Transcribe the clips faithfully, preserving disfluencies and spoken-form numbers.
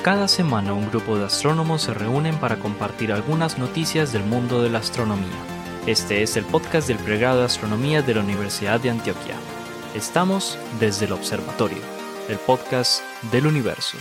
Cada semana un grupo de astrónomos se reúnen para compartir algunas noticias del mundo de la astronomía. Este es el podcast del pregrado de Astronomía de la Universidad de Antioquia. Estamos desde el Observatorio, el podcast del universo.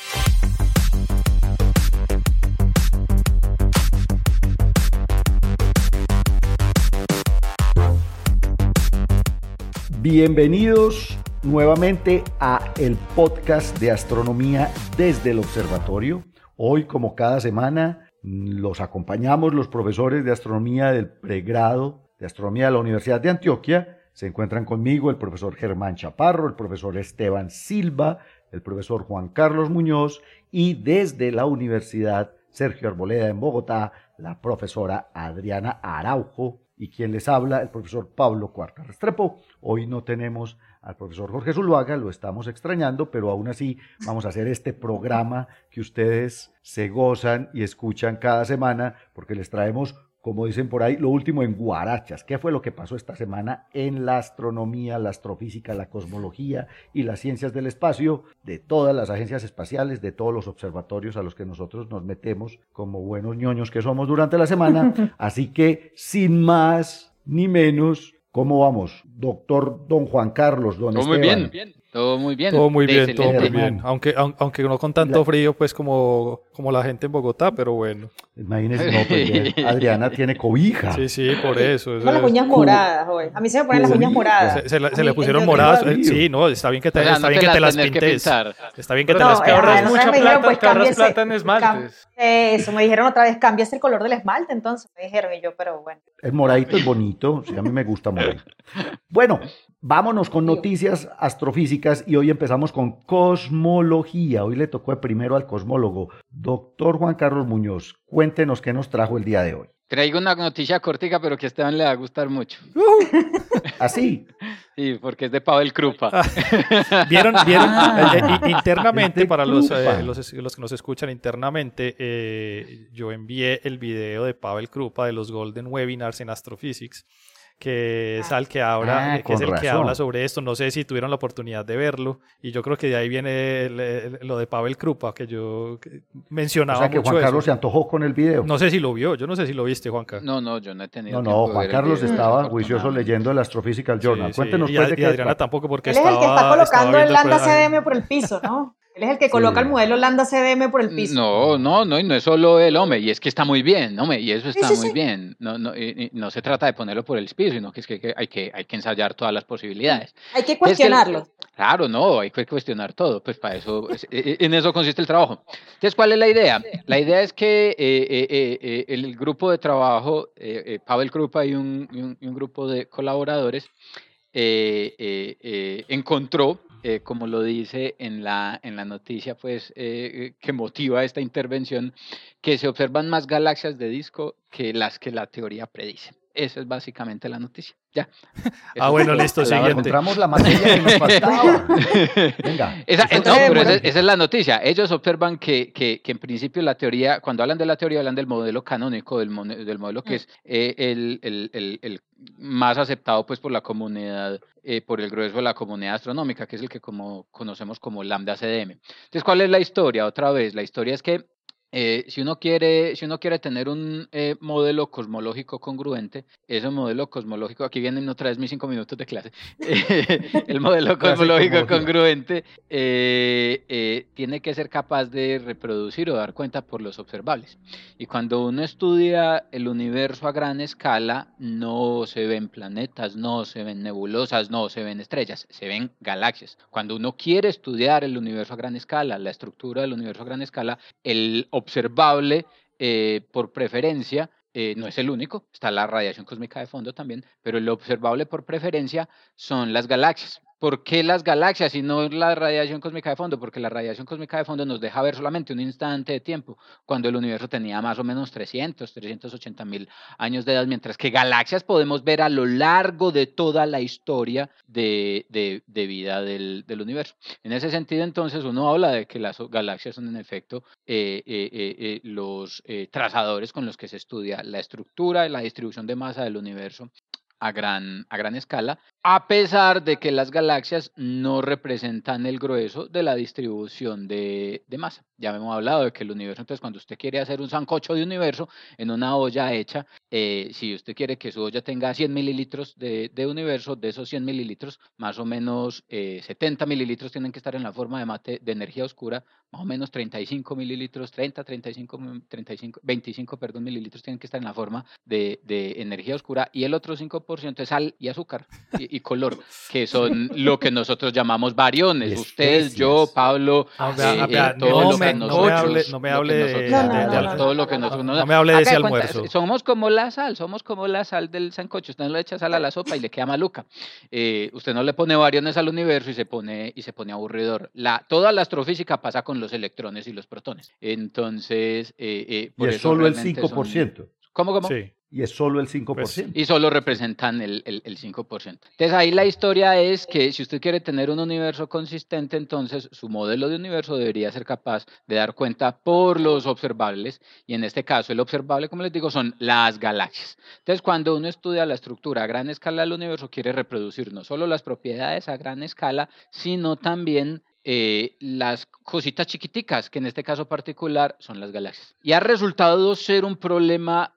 Bienvenidos nuevamente a el podcast de astronomía desde el observatorio. Hoy, como cada semana, los acompañamos los profesores de astronomía del pregrado de astronomía de la Universidad de Antioquia. Se encuentran conmigo el profesor Germán Chaparro, el profesor Esteban Silva, el profesor Juan Carlos Muñoz y desde la Universidad Sergio Arboleda en Bogotá, la profesora Adriana Araujo. Y quien les habla, el profesor Pablo Cuarta Restrepo. Hoy no tenemos al profesor Jorge Zuluaga, lo estamos extrañando, pero aún así vamos a hacer este programa que ustedes se gozan y escuchan cada semana, porque les traemos, como dicen por ahí, lo último en guarachas. ¿Qué fue lo que pasó esta semana en la astronomía, la astrofísica, la cosmología y las ciencias del espacio de todas las agencias espaciales, de todos los observatorios a los que nosotros nos metemos como buenos ñoños que somos durante la semana? Así que, sin más ni menos, ¿cómo vamos? Doctor Don Juan Carlos, Don Todo Esteban. muy bien, bien. Todo muy bien. Todo muy bien, todo muy Excelente. bien. Aunque, aun- aunque no con tanto frío, pues, como, como la gente en Bogotá, pero bueno. Imagínense, no, pues, ya Adriana tiene cobija. Sí, sí, por eso. eso Tengo las es- uñas moradas hoy. A mí se me ponen las uñas moradas. Se, se la- se A le mí, pusieron el- moradas. el- eh, Sí, no, está bien que te, O sea, está no bien te que te las las tenés que pintes. pintar. Está bien que te No, las eh, que ahorras otra vez mucha me dijeron, plata, pues, que ahorras cámbiese- plata en esmaltes. Eso, me dijeron otra vez, cambias el color del esmalte, entonces me dijeron, y yo, pero bueno. El moradito es bonito, sí, a mí me gusta moradito. Bueno, vámonos con noticias astrofísicas y hoy empezamos con cosmología. Hoy le tocó primero al cosmólogo, doctor Juan Carlos Muñoz. Cuéntenos qué nos trajo el día de hoy. Traigo una noticia cortica, pero que a Esteban le va a gustar mucho. Así, Sí, porque es de Pavel Krupa. Vieron, vieron Ah. eh, eh, internamente, Este para los, Krupa. eh, los, los que nos escuchan internamente, eh, yo envié el video de Pavel Krupa de los Golden Webinars en Astrophysics, que es al que habla, Ah, eh, que es con el que razón. habla sobre esto. No sé si tuvieron la oportunidad de verlo, y yo creo que de ahí viene el- el- lo de Pavel Krupa, que yo que o mencionaba sea que mucho Juan Carlos eso. se antojó con el video. No sé si lo vio, yo no sé si lo viste, Juanca. No, no, yo no he tenido No, no, tiempo de Juan ver el Carlos video, estaba desafortunadamente. juicioso leyendo el Astrophysical Sí, Journal. sí. Cuéntenos Y, pues a- de y qué Adriana trata. tampoco, porque Él es el que está estaba- estaba colocando el viendo Lambda programa. C D M por el piso, ¿no? Él es el que coloca el modelo Lambda C D M por el piso. No, no, no, y no es solo el hombre, y es que está muy bien, hombre, y eso Sí, está sí, muy sí. bien. No, no, y- y no se trata de ponerlo por el piso, sino que es que, que hay que hay que ensayar todas las posibilidades. Hay que Es que el- cuestionarlo. Claro, no, hay que cuestionar todo, pues para eso, es- e- e- en eso consiste el trabajo. Entonces, ¿cuál es la idea? La idea es que eh, eh, eh, eh, el grupo de trabajo, eh, eh, Pavel Krupa y un, y un- y un grupo de colaboradores, eh, eh, eh, encontró, eh, como lo dice en la, en la noticia, pues, eh, eh, que motiva esta intervención, que se observan más galaxias de disco que las que la teoría predice. Esa es básicamente la noticia. Ya. Ah, bueno, Eso es listo, todo. Ahora siguiente. encontramos la materia que nos faltaba. Venga. Esa, eso eh, es no, pero esa, importante. esa es la noticia. Ellos observan que, que, que en principio la teoría, cuando hablan de la teoría, hablan del modelo canónico, del, mone- del modelo que es eh, el, el, el, el más aceptado pues por la comunidad, eh, por el grueso de la comunidad astronómica, que es el que como conocemos como Lambda C D M. Entonces, ¿cuál es la historia? Otra vez, la historia es que eh, si uno quiere, si uno quiere tener un eh, modelo cosmológico congruente, ese modelo cosmológico, aquí vienen otra vez mis cinco minutos de clase, el modelo Clase de cosmológico cosmología. congruente eh, eh, tiene que ser capaz de reproducir o dar cuenta por los observables. Y cuando uno estudia el universo a gran escala, no se ven planetas, no se ven nebulosas, no se ven estrellas, se ven galaxias. Cuando uno quiere estudiar el universo a gran escala, la estructura del universo a gran escala, el observable eh, por preferencia, eh, no es el único, está la radiación cósmica de fondo también, pero el observable por preferencia son las galaxias. ¿Por qué las galaxias y no la radiación cósmica de fondo? Porque la radiación cósmica de fondo nos deja ver solamente un instante de tiempo, cuando el universo tenía más o menos trescientos, trescientos ochenta mil años de edad, mientras que galaxias podemos ver a lo largo de toda la historia de, de, de vida del, del universo. En ese sentido, entonces, uno habla de que las galaxias son en efecto eh, eh, eh, eh, los eh, trazadores con los que se estudia la estructura y la distribución de masa del universo a gran, a gran escala, a pesar de que las galaxias no representan el grueso de la distribución de, de masa. Ya hemos hablado de que el universo, entonces cuando usted quiere hacer un sancocho de universo en una olla hecha, eh, si usted quiere que su olla tenga cien mililitros de, de universo, de esos cien mililitros, más o menos eh, setenta mililitros tienen que estar en la forma de, mate, de energía oscura, más o menos treinta y cinco mililitros, treinta, treinta y cinco, treinta y cinco, veinticinco perdón, mililitros tienen que estar en la forma de, de energía oscura, y el otro cinco por ciento es sal y azúcar y, y color, que son lo que nosotros llamamos variones. Ustedes, yo, Pablo, No, vea, eh, vea, eh, todo no lo me- que no me nosotros, hable- no me lo hable que de- nosotros- No, no, no, no, todo no, lo que no, nosotros no. nos- No me hable de Haga ese cuenta, almuerzo. somos como la sal, somos como la sal del sancocho. Usted no le echa sal a la sopa y le queda maluca. Eh, usted no le pone variones al universo y se pone y se pone aburridor. La, toda la astrofísica pasa con los electrones y los protones. Entonces, eh, eh, Y por es eso solo el realmente cinco por son- ciento. ¿Cómo, cómo? Sí. Y es solo el cinco por ciento. Y solo representan el, el, el cinco por ciento. Entonces ahí la historia es que si usted quiere tener un universo consistente, entonces su modelo de universo debería ser capaz de dar cuenta por los observables, y en este caso el observable, como les digo, son las galaxias. Entonces cuando uno estudia la estructura a gran escala del universo, quiere reproducir no solo las propiedades a gran escala, sino también eh, las cositas chiquiticas, que en este caso particular son las galaxias. Y ha resultado ser un problema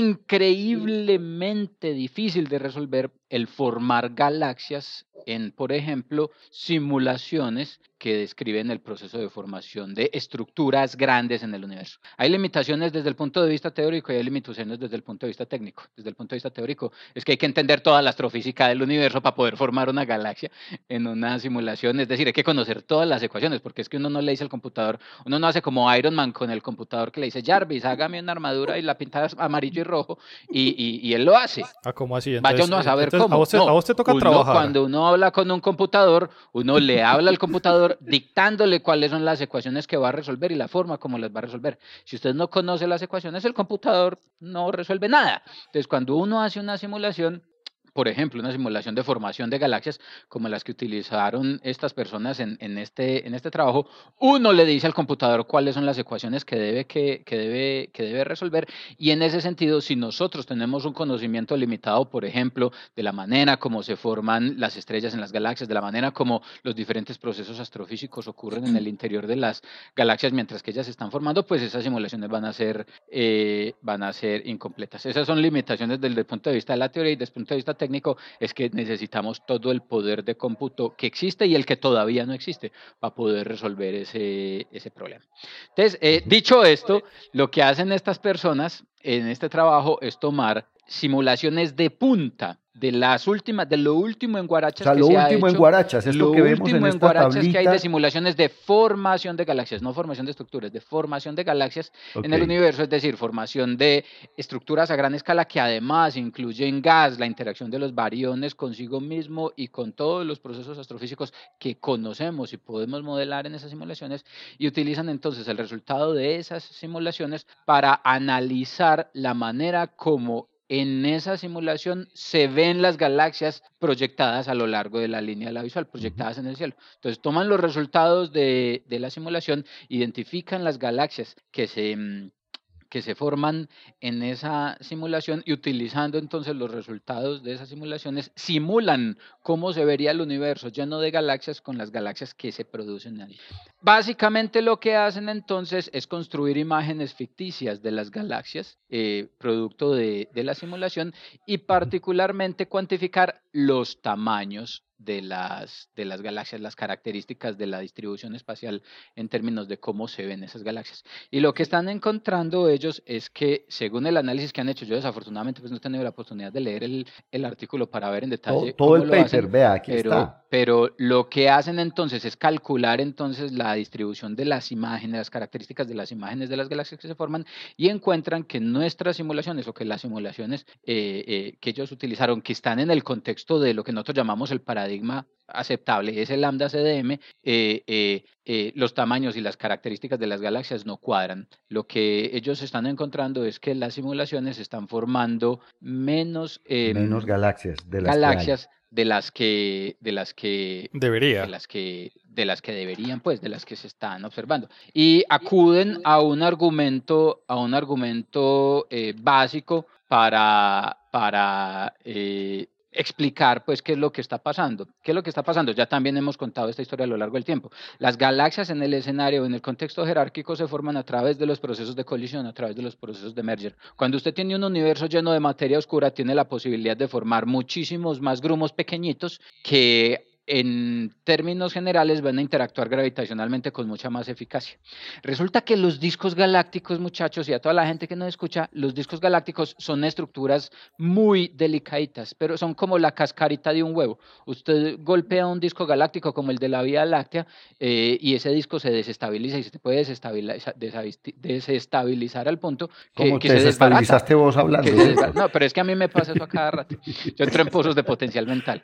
increíblemente difícil de resolver el formar galaxias en, por ejemplo, simulaciones que describen el proceso de formación de estructuras grandes en el universo. Hay limitaciones desde el punto de vista teórico y hay limitaciones desde el punto de vista técnico. Desde el punto de vista teórico es que hay que entender toda la astrofísica del universo para poder formar una galaxia en una simulación, es decir, hay que conocer todas las ecuaciones, porque es que uno no le dice al computador, uno no hace como Iron Man con el computador que le dice, Jarvis, hágame una armadura y la pinta amarillo y rojo, y, y, y él lo hace. Ah, ¿cómo así? Vaya Entonces, uno a saber entonces, cómo. A vos, te, No, a vos te toca uno, trabajar. cuando uno habla con un computador, uno le habla al computador dictándole cuáles son las ecuaciones que va a resolver y la forma como las va a resolver. Si usted no conoce las ecuaciones, el computador no resuelve nada. Entonces, cuando uno hace una simulación, por ejemplo, una simulación de formación de galaxias como las que utilizaron estas personas en, en, este, en este trabajo, uno le dice al computador cuáles son las ecuaciones que debe, que, que, debe, que debe resolver, y en ese sentido, si nosotros tenemos un conocimiento limitado, por ejemplo, de la manera como se forman las estrellas en las galaxias, de la manera como los diferentes procesos astrofísicos ocurren en el interior de las galaxias mientras que ellas se están formando, pues esas simulaciones van a ser, eh, van a ser incompletas. Esas son limitaciones desde el punto de vista de la teoría, y desde el punto de vista técnico técnico es que necesitamos todo el poder de cómputo que existe y el que todavía no existe para poder resolver ese, ese problema. Entonces, eh, dicho esto, lo que hacen estas personas en este trabajo es tomar simulaciones de punta de las últimas, de lo último en Guarachas, o sea, que lo se último ha hecho, en Guarachas, esto lo que vemos último en en esta Guarachas tablita. que hay de simulaciones de formación de galaxias, no formación de estructuras, de formación de galaxias Okay. en el universo, es decir, formación de estructuras a gran escala que además incluyen gas, la interacción de los bariones consigo mismo y con todos los procesos astrofísicos que conocemos y podemos modelar en esas simulaciones, y utilizan entonces el resultado de esas simulaciones para analizar la manera como en esa simulación se ven las galaxias proyectadas a lo largo de la línea de la visual, proyectadas uh-huh. en el cielo. Entonces toman los resultados de, de la simulación, identifican las galaxias que se, que se forman en esa simulación, y utilizando entonces los resultados de esas simulaciones, simulan cómo se vería el universo lleno de galaxias con las galaxias que se producen allí. Básicamente lo que hacen entonces es construir imágenes ficticias de las galaxias, eh, producto de, de la simulación, y particularmente cuantificar los tamaños de las, de las galaxias, las características de la distribución espacial en términos de cómo se ven esas galaxias. Y lo que están encontrando ellos es que, según el análisis que han hecho, yo desafortunadamente pues no he tenido la oportunidad de leer el, el artículo para ver en detalle todo, todo cómo el lo paper, hacen, vea, aquí pero, está. pero lo que hacen entonces es calcular entonces la distribución de las imágenes, las características de las imágenes de las galaxias que se forman, y encuentran que nuestras simulaciones, o que las simulaciones eh, eh, que ellos utilizaron, que están en el contexto de lo que nosotros llamamos el paradigma aceptable, es el lambda C D M, eh, eh, eh, los tamaños y las características de las galaxias no cuadran. Lo que ellos están encontrando es que las simulaciones están formando menos, eh, menos galaxias de las galaxias que hay. de las que de las que debería de las que de las que deberían, pues, de las que se están observando, y acuden a un argumento a un argumento eh, básico para para eh, explicar pues qué es lo que está pasando. ¿Qué es lo que está pasando? Ya también hemos contado esta historia a lo largo del tiempo. Las galaxias en el escenario, en el contexto jerárquico, se forman a través de los procesos de colisión, a través de los procesos de merger. Cuando usted tiene un universo lleno de materia oscura, tiene la posibilidad de formar muchísimos más grumos pequeñitos que en términos generales van a interactuar gravitacionalmente con mucha más eficacia. Resulta que los discos galácticos, muchachos, y a toda la gente que nos escucha, los discos galácticos son estructuras muy delicaditas, pero son como la cascarita de un huevo. Usted golpea un disco galáctico como el de la Vía Láctea eh, y ese disco se desestabiliza y se puede desestabilizar, desestabilizar al punto que, ¿Cómo que te se desbarata. desestabilizaste vos hablando Que de se eso? desba- No, pero es que a mí me pasa eso a cada rato. Yo entro en pozos de potencial mental.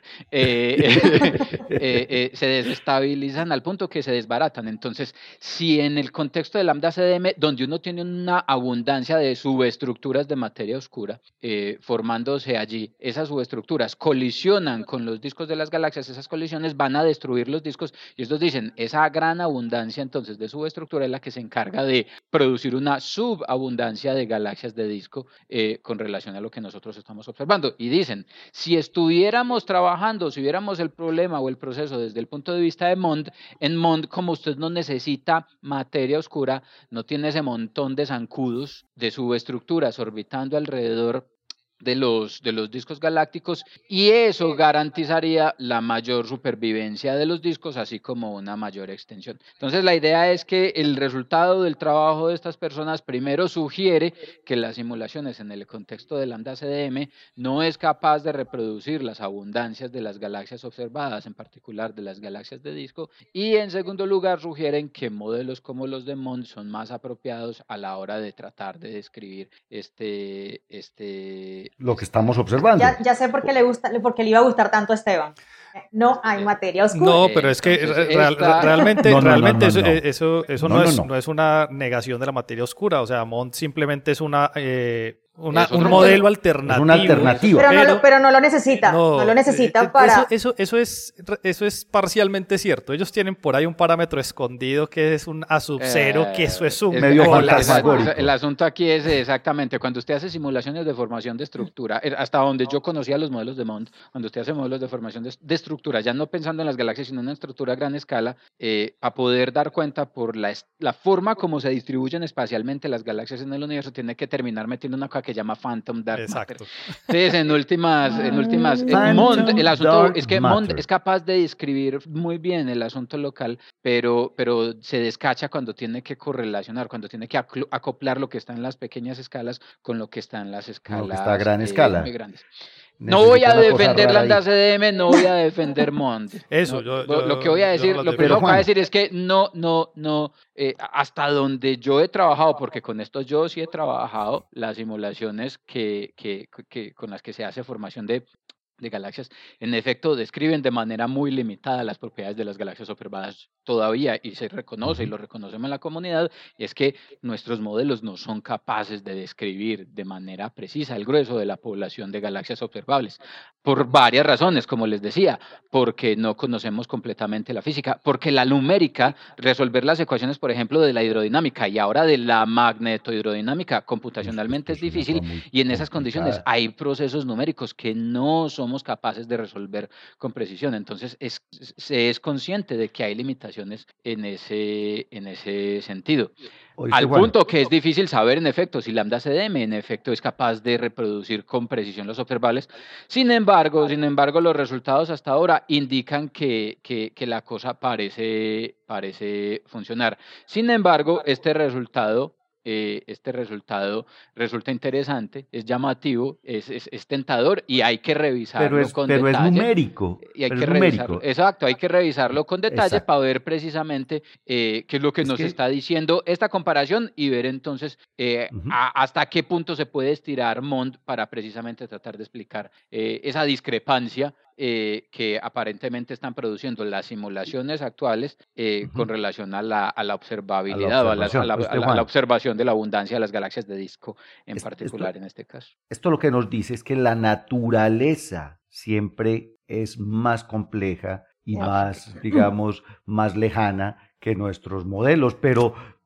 Eh, Eh, eh, se desestabilizan al punto que se desbaratan. Entonces, si en el contexto de lambda C D M, donde uno tiene una abundancia de subestructuras de materia oscura eh, formándose allí, esas subestructuras colisionan con los discos de las galaxias, esas colisiones van a destruir los discos y estos dicen, esa gran abundancia entonces de subestructura es la que se encarga de producir una subabundancia de galaxias de disco eh, con relación a lo que nosotros estamos observando. Y dicen, si estuviéramos trabajando, si hubiéramos el problema o el proceso desde el punto de vista de Mond, en Mond, como usted no necesita materia oscura, no tiene ese montón de zancudos, de subestructuras orbitando alrededor de los, de los discos galácticos, y eso garantizaría la mayor supervivencia de los discos, así como una mayor extensión. Entonces la idea es que el resultado del trabajo de estas personas primero sugiere que las simulaciones en el contexto de lambda C D M no es capaz de reproducir las abundancias de las galaxias observadas, en particular de las galaxias de disco, y en segundo lugar sugieren que modelos como los de Mond son más apropiados a la hora de tratar de describir este, este Lo que estamos observando. Ya, ya sé por qué le gusta, por qué le iba a gustar tanto a Esteban. No hay materia oscura. No, pero es que Entonces, real- esta- realmente, No, no, no, realmente no, eso, no. eso, eso No, no, no, es, no. no es una negación de la materia oscura. O sea, Mond simplemente es una, eh, una Es otro un modelo. modelo alternativo. Es una alternativa. Pero, no lo, pero no lo necesita. No, lo necesita eh, para. Eso, eso, eso, es, eso es parcialmente cierto. Ellos tienen por ahí un parámetro escondido que es un A sub cero, Eh, que eso es un Medio el- fantasmagórico. el, el asunto aquí es exactamente cuando usted hace simulaciones de formación de estructura, eh, hasta donde yo conocía los modelos de Mond, cuando usted hace modelos de formación de, de estructura, ya no pensando en las galaxias, sino en una estructura a gran escala, eh, para poder dar cuenta por la, es- la forma como se distribuyen espacialmente las galaxias en el universo, tiene que terminar metiendo una cosa que llama Phantom Dark Exacto. Matter. Entonces, en últimas, en últimas, eh, Phantom Mond, el asunto Dark es que Mond Matter. es capaz de describir muy bien el asunto local, pero, pero se descacha cuando tiene que correlacionar, cuando tiene que aclo- acoplar lo que está en las pequeñas escalas con lo que está en las escalas que está a gran eh, escala. muy grandes. No voy a Necesita una cosa defender rara lambda ahí. C D M, no voy a defender Mond. Eso, No, yo- lo- yo- lo que voy a yo decir, no lo las primero defiendo. que voy a Juan. decir es que no, no, no, eh, hasta donde yo he trabajado, porque con esto yo sí he trabajado, las simulaciones que, que, que, con las que se hace formación de de galaxias, en efecto describen de manera muy limitada las propiedades de las galaxias observadas todavía, y se reconoce y lo reconocemos en la comunidad, y es que nuestros modelos no son capaces de describir de manera precisa el grueso de la población de galaxias observables, por varias razones, como les decía, porque no conocemos completamente la física, porque la numérica, resolver las ecuaciones, por ejemplo, de la hidrodinámica y ahora de la magnetohidrodinámica, computacionalmente es Esto es una difícil, cosa muy y en esas condiciones complicada. hay procesos numéricos que no somos capaces de resolver con precisión. Entonces, es, se es consciente de que hay limitaciones en ese, en ese sentido. Oíste, Al Juan. punto que es difícil saber, en efecto, si lambda C D M en efecto es capaz de reproducir con precisión los observables. Sin embargo, sin embargo, los resultados hasta ahora indican que, que, que la cosa parece, parece funcionar. Sin embargo, este resultado eh, este resultado resulta interesante, es llamativo, es, es, es tentador y hay que revisarlo Pero es, con pero es detalle. numérico. Y hay pero que es revisarlo. numérico. Exacto, hay que revisarlo con detalle Exacto. para ver precisamente eh, qué es lo que Es nos que- está diciendo esta comparación y ver entonces eh, Ujú. a- hasta qué punto se puede estirar Mond para precisamente tratar de explicar eh, esa discrepancia eh, que aparentemente están produciendo las simulaciones actuales eh, Ujú. con relación a la, a la observabilidad o a la, observación. a la- Pues, a la- a Juan. la observación de la abundancia de las galaxias de disco en Es- particular esto- en este caso. Esto lo que nos dice es que la naturaleza siempre es más compleja y Ah. más, digamos, más lejana que nuestros modelos, pero,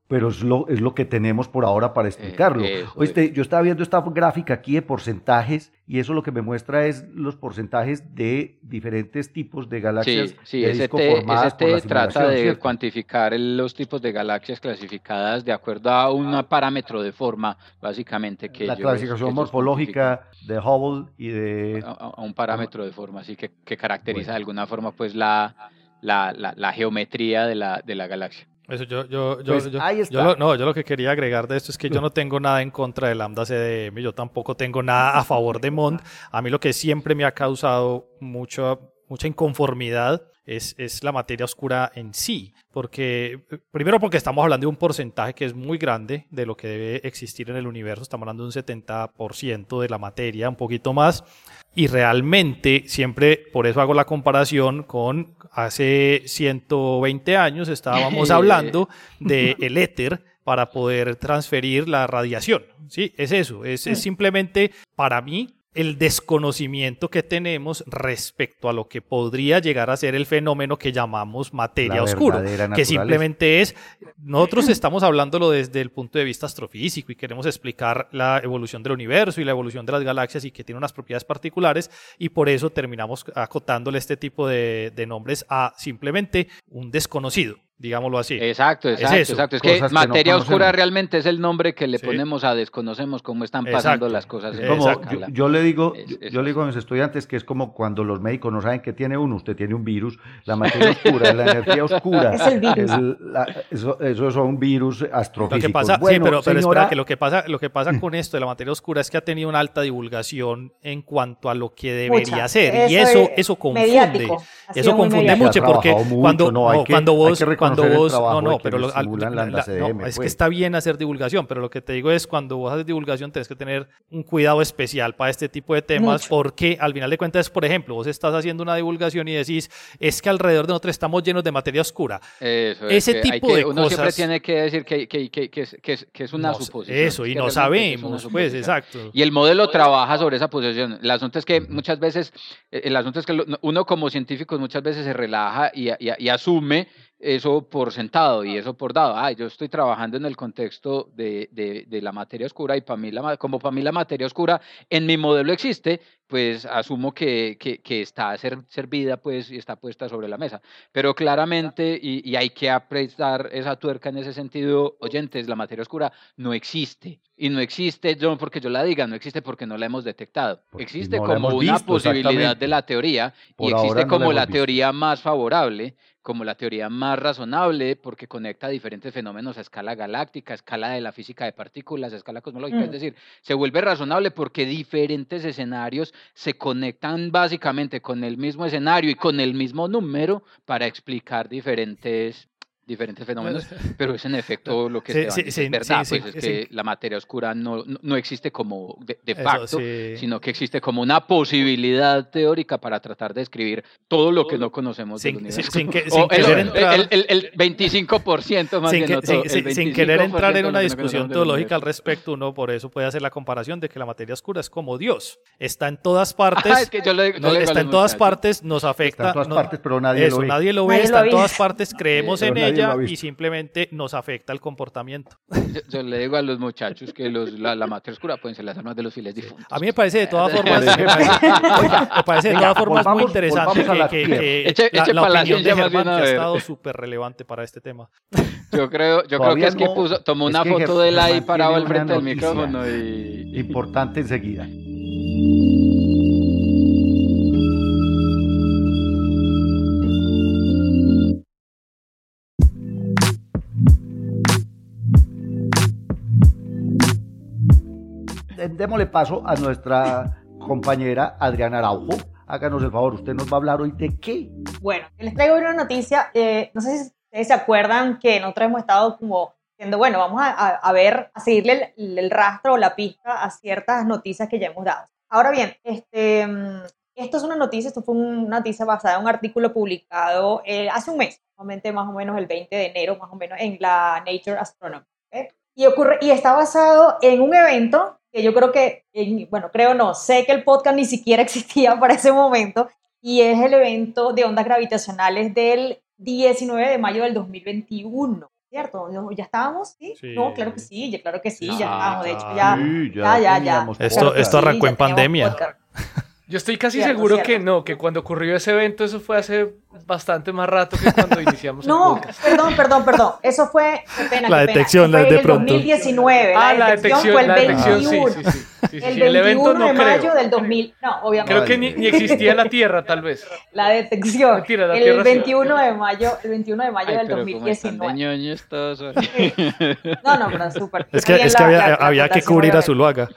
pero es lo, es lo que tenemos por ahora para explicarlo. Eh, eso Oíste, es. yo estaba viendo esta gráfica aquí de porcentajes y eso lo que me muestra es los porcentajes de diferentes tipos de galaxias Sí, sí, de ese disco T, formadas ese por la T trata simulación, de ¿cierto? cuantificar el- los tipos de galaxias clasificadas de acuerdo a un parámetro de forma, básicamente, que La ellos, que clasificación ellos cuantifican. morfológica de Hubble y de... A, a- a un ¿cómo? parámetro de forma, así que, que caracteriza de Bueno, alguna forma pues la, la, la, la geometría de la, de la galaxia. Eso yo, yo, yo, pues yo, ahí yo lo, está. no, yo lo que quería agregar de esto es que yo no tengo nada en contra de Lambda C D M, yo tampoco tengo nada a favor de Mond. A mí lo que siempre me ha causado mucha, mucha inconformidad es, es la materia oscura en sí, porque primero porque estamos hablando de un porcentaje que es muy grande de lo que debe existir en el universo, estamos hablando de un setenta por ciento de la materia, un poquito más, y realmente siempre, por eso hago la comparación con hace ciento veinte años estábamos hablando del éter para poder transferir la radiación, ¿sí? Es eso, es, es simplemente para mí el desconocimiento que tenemos respecto a lo que podría llegar a ser el fenómeno que llamamos materia La oscura, verdadera que naturaleza. simplemente es, nosotros estamos hablándolo desde el punto de vista astrofísico y queremos explicar la evolución del universo y la evolución de las galaxias y que tiene unas propiedades particulares y por eso terminamos acotándole este tipo de, de nombres a simplemente un desconocido, digámoslo así. Exacto, Es exacto, eso, exacto. Es cosas que que no materia oscura conocemos. realmente es el nombre que le Sí. ponemos a desconocemos cómo están pasando Exacto. las cosas Es en como, esa yo, escala. yo le digo, Es- yo, es yo le digo a así. mis estudiantes que es como cuando los médicos no saben que tiene uno, usted tiene un virus, la materia oscura, la energía oscura, Es el virus. es la- eso, eso son virus astrofísicos. Lo que pasa, bueno, sí, pero, pero señora, espera, que lo que pasa, lo que pasa con esto de la materia oscura es que ha tenido una alta divulgación en cuanto a lo que debería Mucha. ser. Y Eso eso, es eso confunde. mediático. Ha sido Eso muy confunde mediático. mucho Se ha porque trabajado mucho, cuando, no, hay no, que- cuando hay vos, que reconocer cuando el vos, trabajo no, de no, pero quienes lo- al- simulan la- Lambda la- C D no, M, es que pues. está bien hacer divulgación, pero lo que te digo es cuando vos haces divulgación tenés que tener un cuidado especial para este tipo de temas Mucho. porque al final de cuentas, por ejemplo, vos estás haciendo una divulgación y decís, es que alrededor de nosotros estamos llenos de materia oscura. Eso Ese es que hay tipo que- de uno siempre cosas- tiene que decir que, que, que, que, es, que, es, que es una No, suposición. eso, es y que no realmente es una sabemos, pues, suposición. exacto. Y el modelo trabaja sobre esa posición. El asunto es que muchas veces, eh, el asunto es que lo- uno como científico muchas veces se relaja y, y, y asume eso por sentado y eso por dado. Ah, yo estoy trabajando en el contexto de, de, de la materia oscura y para mí la, ma- como para mí la materia oscura en mi modelo existe, pues asumo que, que, que está ser, servida pues y está puesta sobre la mesa. Pero claramente, y, y hay que apretar esa tuerca en ese sentido, oyentes, la materia oscura no existe. Y no existe no porque yo la diga, no existe porque no la hemos detectado. Porque Existe no la como hemos una visto, posibilidad exactamente. de la teoría Por y ahora existe no la como hemos la visto. teoría más favorable, como la teoría más razonable, porque conecta diferentes fenómenos a escala galáctica, a escala de la física de partículas, a escala cosmológica. Mm. Es decir, se vuelve razonable porque diferentes escenarios se conectan básicamente con el mismo escenario y con el mismo número para explicar diferentes diferentes fenómenos, pero es en efecto lo que Sí, Esteban sí, dice, sí, es verdad, sí, pues sí, es sí. que la materia oscura no, no, no existe como de, de Eso, facto, sí. sino que existe como una posibilidad teórica para tratar de describir todo lo que no conocemos del Sin, sin, universo. sin que- O sin el, querer el- entrar, el- el- el veinticinco por ciento más sin, bien, que- no todo, sin- el sin- sin querer entrar en veinticinco por ciento una de lo que no discusión conocemos del teológica al universo. respecto, uno por eso puede hacer la comparación de que la materia oscura es como Dios. Está en todas Ah, partes, es que yo le, yo no- le digo a está los en todas muchachos, partes, nos afecta. Está en todas no- partes, pero nadie eso, lo ve. nadie lo ve, Nadie lo está ha en todas visto. partes, creemos Pero en nadie lo ella ha y visto. simplemente nos afecta el comportamiento. yo, yo le digo a los muchachos que los, la, la materia oscura pueden ser las almas de los fieles difuntos. A mí me parece de todas Por formas, me ejemplo. parece, oiga, me parece de Venga, todas formas muy volvamos- interesante volvamos a que, la que- tierra. que Eche- la, eche la pa' la opinión de ciencia más Germán bien, a que ha ver. estado súper relevante para este tema. Yo creo, yo creo Todavía que es que no, puso, tomó es una que foto de él ahí Germán parado tiene al frente una del noticia micrófono y... Importante enseguida. Démosle paso a nuestra compañera Adriana Araujo. Háganos el favor, usted nos va a hablar hoy de qué. Bueno, les traigo una noticia, eh, no sé si ustedes se acuerdan que nosotros hemos estado como diciendo, bueno, vamos a, a, a ver, a seguirle el, el rastro o la pista a ciertas noticias que ya hemos dado. Ahora bien, este, mm, esto es una noticia, esto fue una noticia basada en un artículo publicado eh, hace un mes, normalmente más o menos el veinte de enero, más o menos en la Nature Astronomy. ¿Okay? Y, ocurre, y está basado en un evento que yo creo que, en, bueno, creo no, sé que el podcast ni siquiera existía para ese momento, y es el evento de ondas gravitacionales del diecinueve de mayo del dos mil veintiuno. ¿cierto? ¿No? ¿Ya estábamos? ¿Sí? Sí. No, claro que sí, ya, claro que sí, Sí, ya estábamos. De hecho, claro. ya, Sí, ya, ya, ya. teníamos Esto- podcast. esto arrancó Sí, en ya teníamos pandemia. podcast. Yo estoy casi Cierto, seguro cierto. que no, que cuando ocurrió ese evento eso fue hace bastante más rato que cuando iniciamos el No, podcast. perdón, perdón, perdón. Eso fue, qué pena, La qué pena. detección, Eso fue la en de el pronto. dos mil diecinueve. Ah, la fue detección, el la detección, sí, veintiuno. sí, sí. sí, sí, El sí, el evento veintiuno no de mayo creo. del dos mil. No, obviamente. Creo que ni, ni existía la Tierra, tal vez. La detección. Mentira, la el Tierra sí. veintiuno de mayo, el veintiuno de mayo Ay, del pero como están de dos mil diecinueve. ñoños todos hoy. No, no, pero súper. Es que, Está bien es que la- había, la- la había que acotación, cubrir a obviamente. Zuluaga.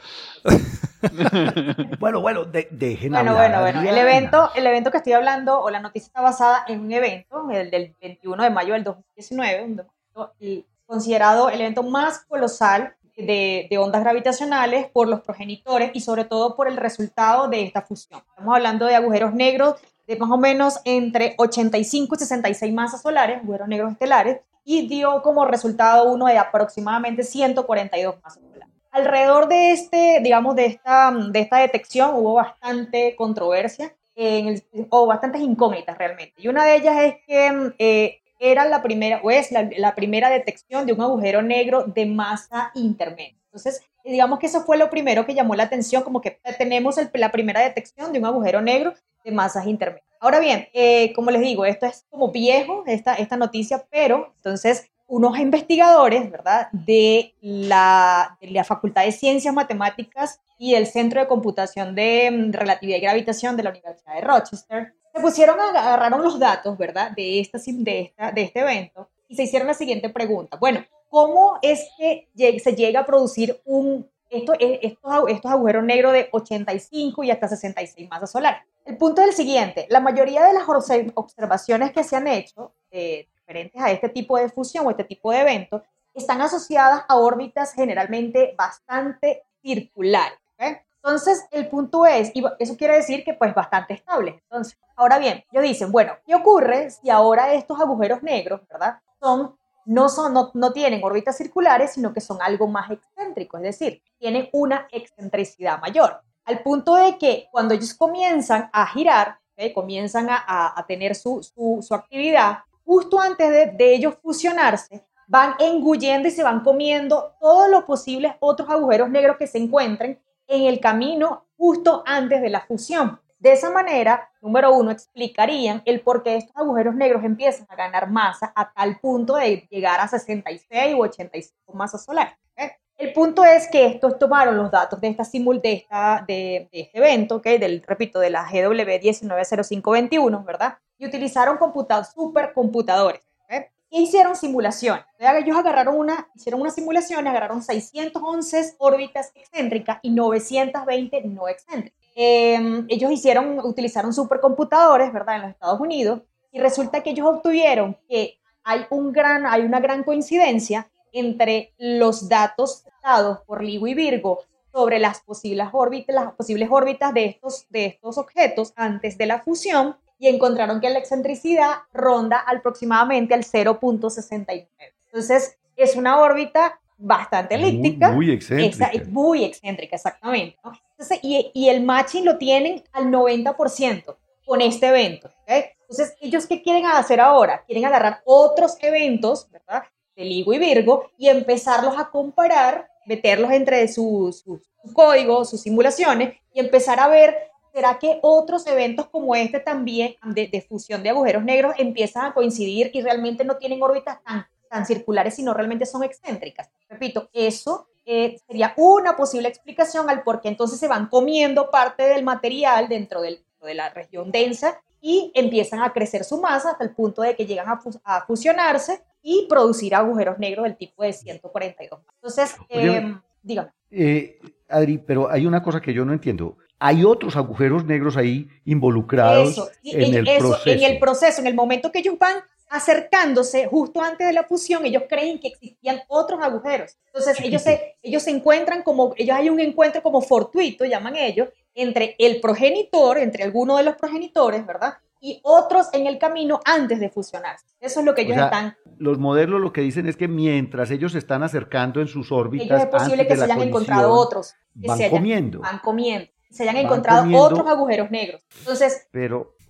Bueno, bueno, de- dejen Bueno, hablar bueno, a bueno. El Adriana. evento, el evento que estoy hablando, o la noticia está basada en un evento, el del veintiuno de mayo del dos mil diecinueve, un evento, y considerado el evento más colosal de, de ondas gravitacionales por los progenitores y sobre todo por el resultado de esta fusión. Estamos hablando de agujeros negros de más o menos entre ochenta y cinco y sesenta y seis masas solares, agujeros negros estelares, y dio como resultado uno de aproximadamente ciento cuarenta y dos masas solares. Alrededor de este, digamos, de esta, de esta detección hubo bastante controversia en el, o bastantes incógnitas realmente. Y una de ellas es que eh, era la primera, o es la, la primera detección de un agujero negro de masa intermedia. Entonces, digamos que eso fue lo primero que llamó la atención, como que tenemos el, la primera detección de un agujero negro de masas intermedias. Ahora bien, eh, como les digo, esto es como viejo, esta, esta noticia, pero entonces unos investigadores, ¿verdad?, de la, de la Facultad de Ciencias Matemáticas y del Centro de Computación de mm, Relatividad y Gravitación de la Universidad de Rochester, se pusieron a agarraron los datos, ¿verdad?, de, esta, de, esta, de este evento y se hicieron la siguiente pregunta. Bueno, ¿cómo es que se llega a producir un, esto, estos, estos agujeros negros de ochenta y cinco y hasta sesenta y seis masas solares? El punto es el siguiente. La mayoría de las observaciones que se han hecho eh, referentes a este tipo de fusión o este tipo de evento están asociadas a órbitas generalmente bastante circulares. ¿Okay? Entonces, el punto es, y eso quiere decir que pues bastante estables. Entonces, ahora bien, ellos dicen, bueno, ¿qué ocurre si ahora estos agujeros negros, ¿verdad?, son, no, son, no, no tienen órbitas circulares, sino que son algo más excéntricos, es decir, tienen una excentricidad mayor. Al punto de que cuando ellos comienzan a girar, ¿okay?, comienzan a, a, a tener su, su, su actividad, justo antes de, de ellos fusionarse, van engullendo y se van comiendo todos los posibles otros agujeros negros que se encuentren en el camino justo antes de la fusión. De esa manera, número uno, explicarían el por qué estos agujeros negros empiezan a ganar masa a tal punto de llegar a sesenta y seis u ochenta y cinco masas solares. ¿Okay? El punto es que estos tomaron los datos de, esta simul, de, esta, de, de este evento, ¿okay?, del, repito, de la G W diecinueve cero cinco veintiuno, ¿verdad?, y utilizaron computadores, supercomputadores. ¿Okay? Y hicieron simulaciones. Ellos agarraron una, hicieron unas simulaciones, agarraron seiscientas once órbitas excéntricas y novecientas veinte no excéntricas. Eh, ellos hicieron, utilizaron supercomputadores, ¿verdad?, en los Estados Unidos, y resulta que ellos obtuvieron que hay, un gran, hay una gran coincidencia entre los datos dados por LIGO y Virgo sobre las posibles órbitas, las posibles órbitas de estos, de estos objetos antes de la fusión, y encontraron que la excentricidad ronda aproximadamente al cero punto sesenta y nueve. Entonces, es una órbita bastante elíptica. Muy, muy excéntrica. Esa, muy excéntrica, exactamente, ¿no? Entonces, y, y el matching lo tienen al noventa por ciento con este evento. ¿Okay? Entonces, ¿ellos qué quieren hacer ahora? Quieren agarrar otros eventos, ¿verdad?, de LIGO y Virgo y empezarlos a comparar, meterlos entre sus su, su código, sus simulaciones y empezar a ver, ¿será que otros eventos como este también de, de fusión de agujeros negros empiezan a coincidir y realmente no tienen órbitas tan, tan circulares, sino realmente son excéntricas? Repito, eso eh, sería una posible explicación al por qué entonces se van comiendo parte del material dentro del, de la región densa y empiezan a crecer su masa hasta el punto de que llegan a, fus a fusionarse y producir agujeros negros del tipo de ciento cuarenta y dos. Entonces, Oye, eh, dígame. Eh, Adri, pero hay una cosa que yo no entiendo. Hay otros agujeros negros ahí involucrados Eso, y en, en, el eso, proceso. en el proceso, en el momento que ellos van acercándose justo antes de la fusión, ellos creen que existían otros agujeros. Entonces ellos se, ellos se encuentran como, ellos hay un encuentro como fortuito, llaman ellos, entre el progenitor, entre alguno de los progenitores, ¿verdad?, y otros en el camino antes de fusionarse. Eso es lo que ellos O sea, están... Los modelos lo que dicen es que mientras ellos se están acercando en sus órbitas, Ellos es posible antes que de se la hayan colisión, encontrado otros. Que van se hayan, comiendo. Van comiendo. Se hayan Van encontrado comiendo, otros agujeros negros. Entonces, pero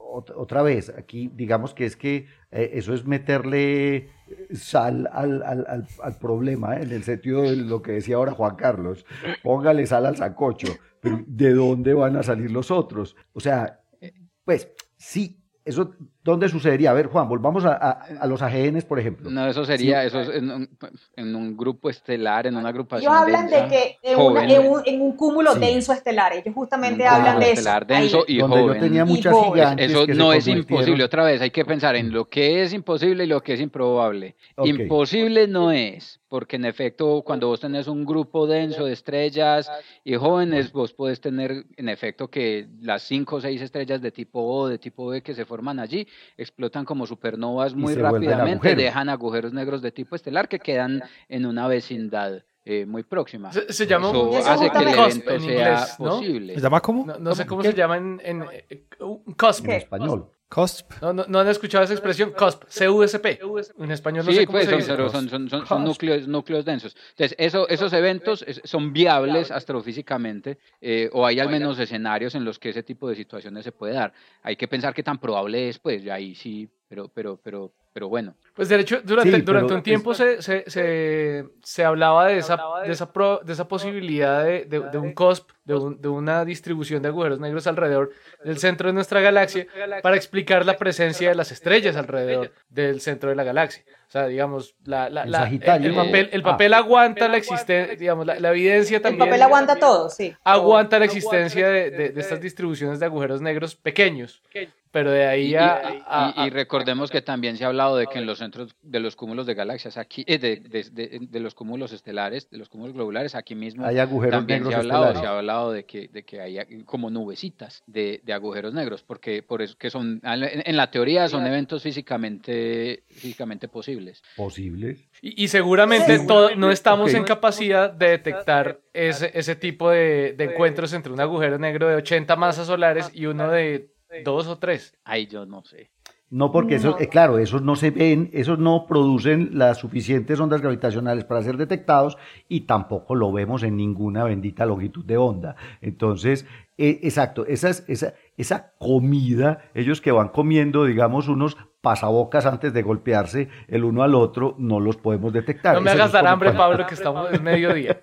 ot- otra vez, aquí digamos que es que eh, eso es meterle sal al, al, al, al problema, ¿eh? En el sentido de lo que decía ahora Juan Carlos, póngale sal al sancocho, pero ¿de dónde van a salir los otros? O sea, pues sí, eso, ¿dónde sucedería? A ver, Juan, volvamos a, a, a los A G Ns, por ejemplo. No, eso sería, Sí. eso es en un, en un grupo estelar, en una Ellos agrupación hablan de densa, que en, una- joven, en un, en un cúmulo Sí. denso estelar, ellos justamente un hablan grupo de eso. estelar ahí. denso y Donde yo joven. tenía Y muchas joven. gigantes Eso que se no es convirtieron- imposible. Otra vez, hay que pensar en lo que es imposible y lo que es improbable. Ok. Imposible no es, porque en efecto, cuando vos tenés un grupo denso de estrellas y jóvenes, vos podés tener en efecto que las cinco o seis estrellas de tipo O, de tipo B que se forman allí, explotan como supernovas Y muy se vuelven rápidamente, agujeros. dejan agujeros negros de tipo estelar que quedan en una vecindad eh, muy próxima. Se, se llama Eso un, Eso hace que el justamente- cusp evento en sea inglés, ¿no? posible. ¿Se llama cómo? No, no sé cómo ¿Qué? se llama en, en eh, un cusp. En español. Cusp. No, no, no han escuchado esa expresión, cusp, C U S P. En español no Sí, sé cómo pues se son, dice. pero son, son, son, son Cusp. núcleos, núcleos densos. Entonces, eso, esos eventos es- son viables astrofísicamente, eh, o hay al menos escenarios en los que ese tipo de situaciones se puede dar. Hay que pensar qué tan probable es, pues, y ahí sí, pero, pero, pero, pero bueno. Pues de hecho, durante, Sí, durante pero un tiempo se, se, se, se hablaba de esa, de esa, pro- de esa posibilidad de, de, de un cusp, de, un- de una distribución de agujeros negros alrededor del centro de nuestra galaxia para explicar la presencia de las estrellas alrededor del centro de la galaxia. O sea, digamos, la, la, En la- el, Sagitario. el papel, el Ah. papel aguanta la existencia, digamos, la, la evidencia El también papel aguanta todo, sí. aguanta la existencia de, de, de estas distribuciones de agujeros negros pequeños. Pero de ahí Y, a... y- a- y- y a- recordemos que también se ha hablado de que en los centros de los cúmulos de galaxias, aquí, eh, de, de, de- de los cúmulos estelares, de los cúmulos globulares, aquí mismo Hay agujeros también negros se ha hablado, estelares. se ha hablado de que, de que hay como nubecitas de, de agujeros negros, porque por eso que son, en, en la teoría son eventos físicamente, físicamente posibles. Posibles. Y, y seguramente Sí. todo- no estamos Ok. en capacidad de detectar ese, ese tipo de, de encuentros entre un agujero negro de ochenta masas solares y uno de dos o tres. Ay, yo no sé. No, porque eso, No. eh, claro, esos no se ven, esos no producen las suficientes ondas gravitacionales para ser detectados y tampoco lo vemos en ninguna bendita longitud de onda. Entonces, eh, exacto, esas, esa, esa comida, ellos que van comiendo, digamos, unos pasabocas antes de golpearse el uno al otro, no los podemos detectar. No me Eso hagas es dar como hambre, cuando- Pablo, que estamos en mediodía.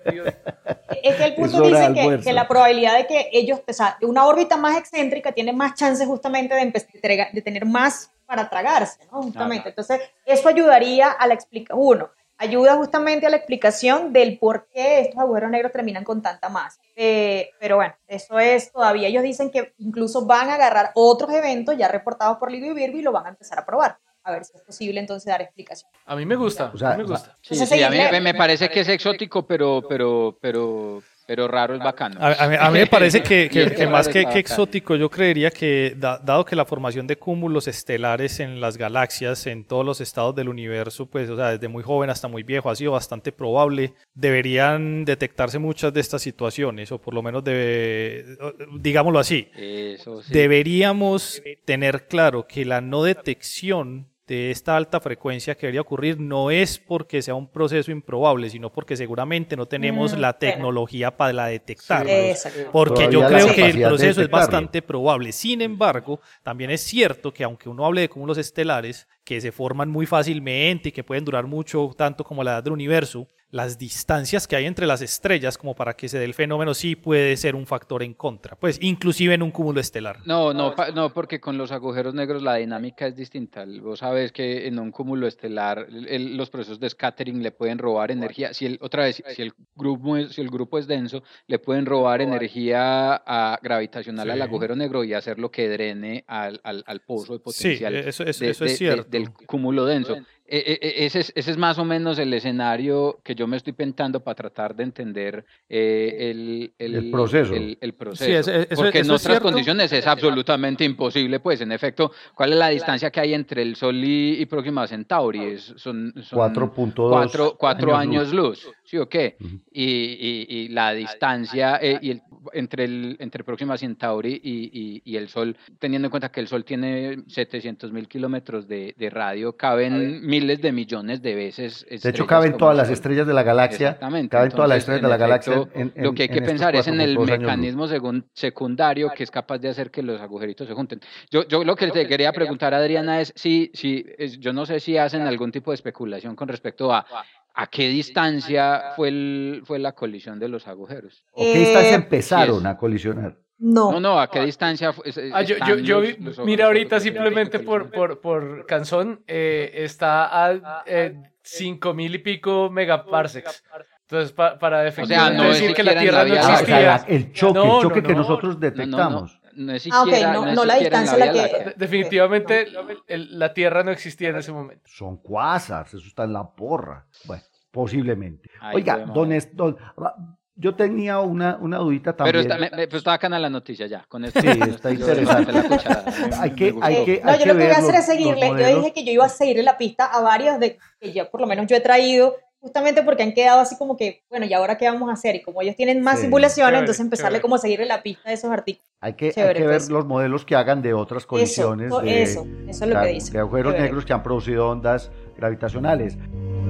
Es que el punto Es hora de dice que, almuerzo. que la probabilidad de que ellos, o sea, una órbita más excéntrica tiene más chances justamente de, empe- de trega- de tener más para tragarse, ¿no? Justamente. Entonces, eso ayudaría a la explicación, uno, ayuda justamente a la explicación del por qué estos agujeros negros terminan con tanta masa. Eh, pero bueno, eso es todavía, ellos dicen que incluso van a agarrar otros eventos ya reportados por Livio y Virgo y lo van a empezar a probar. A ver si es posible entonces dar explicación. A mí me gusta, O sea, a mí me o sea, gusta. Sí, Entonces, sí, a mí seguirle- me, me parece que es exótico, pero, pero, pero, pero raro es bacano. A, a mí, a mí me parece que, que- Y es que raro más es que, que bacano. exótico, yo creería que, da- dado que la formación de cúmulos estelares en las galaxias, en todos los estados del universo, pues, o sea, desde muy joven hasta muy viejo, ha sido bastante probable, deberían detectarse muchas de estas situaciones, o por lo menos debe, digámoslo así, Eso sí. deberíamos tener claro que la no detección de esta alta frecuencia que debería ocurrir no es porque sea un proceso improbable, sino porque seguramente no tenemos Mm, la bueno. tecnología para detectarlos. Exacto. Porque Todavía yo la creo que el capacidad de proceso es detectarlo. bastante probable. Sin embargo, también es cierto que aunque uno hable de cúmulos estelares que se forman muy fácilmente y que pueden durar mucho, tanto como la edad del universo, las distancias que hay entre las estrellas como para que se dé el fenómeno sí puede ser un factor en contra, pues inclusive en un cúmulo estelar. No, no, pa- no, porque con los agujeros negros la dinámica es distinta. Vos sabes que en un cúmulo estelar el- el- los procesos de scattering le pueden robar energía. Si el, otra vez, si el grupo es, si el grupo es denso, le pueden robar energía a- gravitacional Sí. al agujero negro y hacer lo que drene al, al, al pozo de Sí, potencial eso, eso, de- eso de- es de- cierto. del cúmulo denso. E- e- e- ese, es, ese es más o menos el escenario que yo me estoy pensando para tratar de entender eh, el, El proceso. el- el proceso. Sí, eso- eso- Porque en eso es otras cierto. condiciones es absolutamente imposible, pues, en efecto, ¿cuál es la distancia que hay entre el Sol y, y Próxima Centauri? Es- son son cuatro punto dos cuatro, cuatro años años luz, ¿sí o qué? Ujú. Y, y- y la distancia, eh, y el, entre, el, entre Próxima Centauri y, y, y el Sol, teniendo en cuenta que el Sol tiene setecientos mil kilómetros de, de radio, caben miles de millones de veces. De hecho, caben todas las estrellas de la galaxia. Exactamente. Caben Entonces, todas las estrellas de la efecto, galaxia. En, en, lo que hay que en pensar es en el mecanismo secundario que es capaz de hacer que los agujeritos se junten. Yo, yo lo que te quería preguntar, Adriana, es si, si es, yo no sé si hacen algún tipo de especulación con respecto a a qué distancia fue, el, fue la colisión de los agujeros. ¿O qué distancia Eh, empezaron sí, a colisionar? No. No, no, ¿a qué distancia fue? Ah, yo, yo, yo vi, los, mira, los, ahorita los, simplemente por, por, por canzón, eh, está a eh, cinco mil y pico megaparsecs. Entonces, pa, para efectivamente o sea, no decir es que la Tierra no existía. Ah, o sea, el choque, no, el choque no, no, que nosotros detectamos. No, no, no. No es siquiera, ah, okay, no, no, no es la distancia la, la que... láctea. Definitivamente el, el, la Tierra no existía en ese momento. Son cuásars, eso está en la porra. Bueno, posiblemente. Ahí Oiga, don, don, yo tenía una, una dudita también. Pero está, me, me, pues está bacana la noticia ya. Con esto, sí, está interesante. hay que, hay que, no, hay yo que lo que voy a hacer los, es seguirle. Yo dije que yo iba a seguirle la pista a varios de que yo, por lo menos yo he traído, justamente porque han quedado así como que, bueno, ¿y ahora qué vamos a hacer? Y como ellos tienen más sí, simulaciones, chévere, entonces empezarle chévere. como a seguirle la pista de esos artículos. Hay que, chévere, hay que ver pues. los modelos que hagan de otras colisiones. Eso, de, eso, eso es lo que dice. De agujeros chévere. negros que han producido ondas gravitacionales.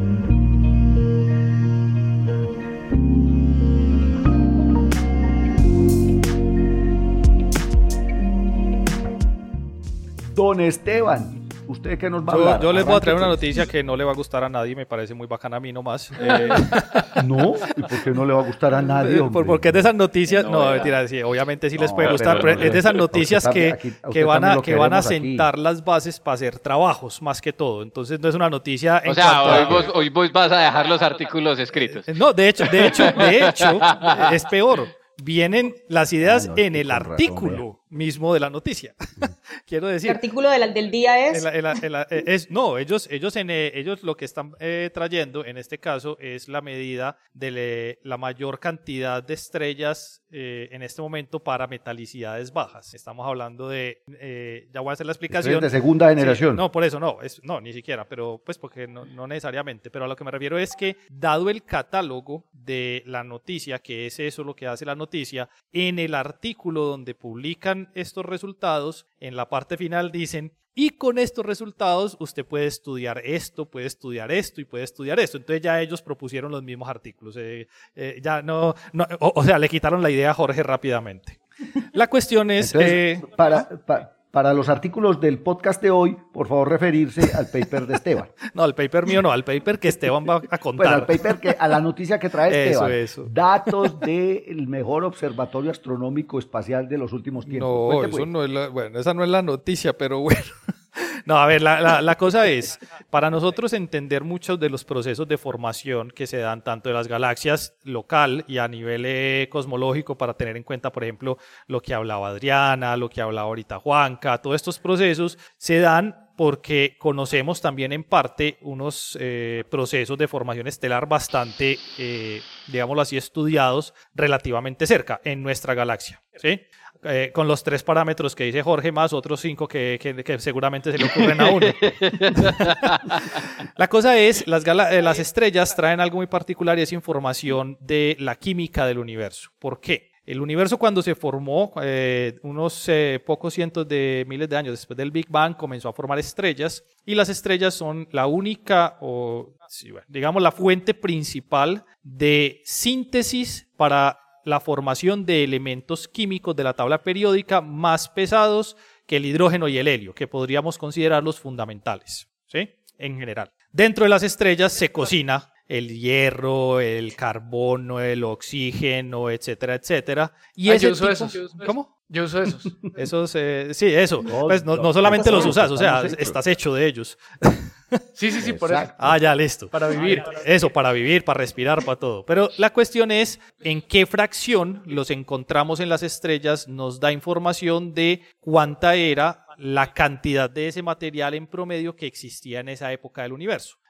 Don Esteban, ¿usted qué nos va a hablar? Yo, yo les voy a traer una noticia que no le va a gustar a nadie, me parece muy bacana a mí nomás. Eh... ¿No? ¿Y por qué no le va a gustar a nadie, hombre? Porque es de esas noticias, no, no mentira, sí, obviamente sí les no, puede gustar, pero, pero es de esas noticias que, aquí, que van a, que van a sentar aquí. las bases para hacer trabajos, más que todo. Entonces no es una noticia... En o sea, hoy, a... vos, hoy vos vas a dejar los artículos escritos. No, de hecho, de hecho, de hecho, es peor. Vienen las ideas ah, no, en el artículo razón, mismo de la noticia. Quiero decir. ¿El artículo de la, del día es? El, el, el, el, es no, ellos, ellos, en, ellos lo que están eh, trayendo en este caso es la medida de le, la mayor cantidad de estrellas eh, en este momento para metalicidades bajas. Estamos hablando de, eh, ya voy a hacer la explicación. De segunda generación. Sí, no, por eso no, es, no, ni siquiera, pero pues porque no, no necesariamente. Pero a lo que me refiero es que dado el catálogo de la noticia, que es eso lo que hace la noticia, noticia, en el artículo donde publican estos resultados, en la parte final dicen, y con estos resultados usted puede estudiar esto, puede estudiar esto y puede estudiar esto. Entonces ya ellos propusieron los mismos artículos. Eh, eh, ya no, no o, o sea, le quitaron la idea a Jorge rápidamente. La cuestión es... Entonces, eh, para, para, para los artículos del podcast de hoy, por favor referirse al paper de Esteban. No, al paper mío no, al paper que Esteban va a contar. Bueno, al paper que, a la noticia que trae Esteban. Eso, eso. Datos del mejor observatorio astronómico espacial de los últimos tiempos. No, Cuente, eso pues. no es la, bueno, esa no es la noticia, pero bueno. No, a ver, la, la, la cosa es, para nosotros entender muchos de los procesos de formación que se dan tanto de las galaxias local y a nivel eh, cosmológico, para tener en cuenta, por ejemplo, lo que hablaba Adriana, lo que hablaba ahorita Juanca, todos estos procesos se dan porque conocemos también en parte unos eh, procesos de formación estelar bastante, eh, digámoslo así, estudiados relativamente cerca en nuestra galaxia, ¿sí? Eh, con los tres parámetros que dice Jorge, más otros cinco que, que, que seguramente se le ocurren a uno. La cosa es, las, gala- eh, las estrellas traen algo muy particular y es información de la química del universo. ¿Por qué? El universo cuando se formó, eh, unos eh, pocos cientos de miles de años después del Big Bang, comenzó a formar estrellas y las estrellas son la única, o sí, bueno, digamos la fuente principal de síntesis para la formación de elementos químicos de la tabla periódica más pesados que el hidrógeno y el helio, que podríamos considerarlos fundamentales, ¿sí? En general. Dentro de las estrellas se cocina el hierro, el carbono, el oxígeno, etcétera, etcétera. Y ah, ese yo uso tipo... esos. ¿Cómo? Yo uso esos. Esos, eh, sí, eso. Pues no, no solamente los usas, o sea, estás hecho de ellos. Sí, sí, sí, por eso. Ah, ya, listo. Para vivir. Eso, para vivir, para respirar, para todo. Pero la cuestión es en qué fracción los encontramos en las estrellas, nos da información de cuánta era la cantidad de ese material en promedio que existía en esa época del universo.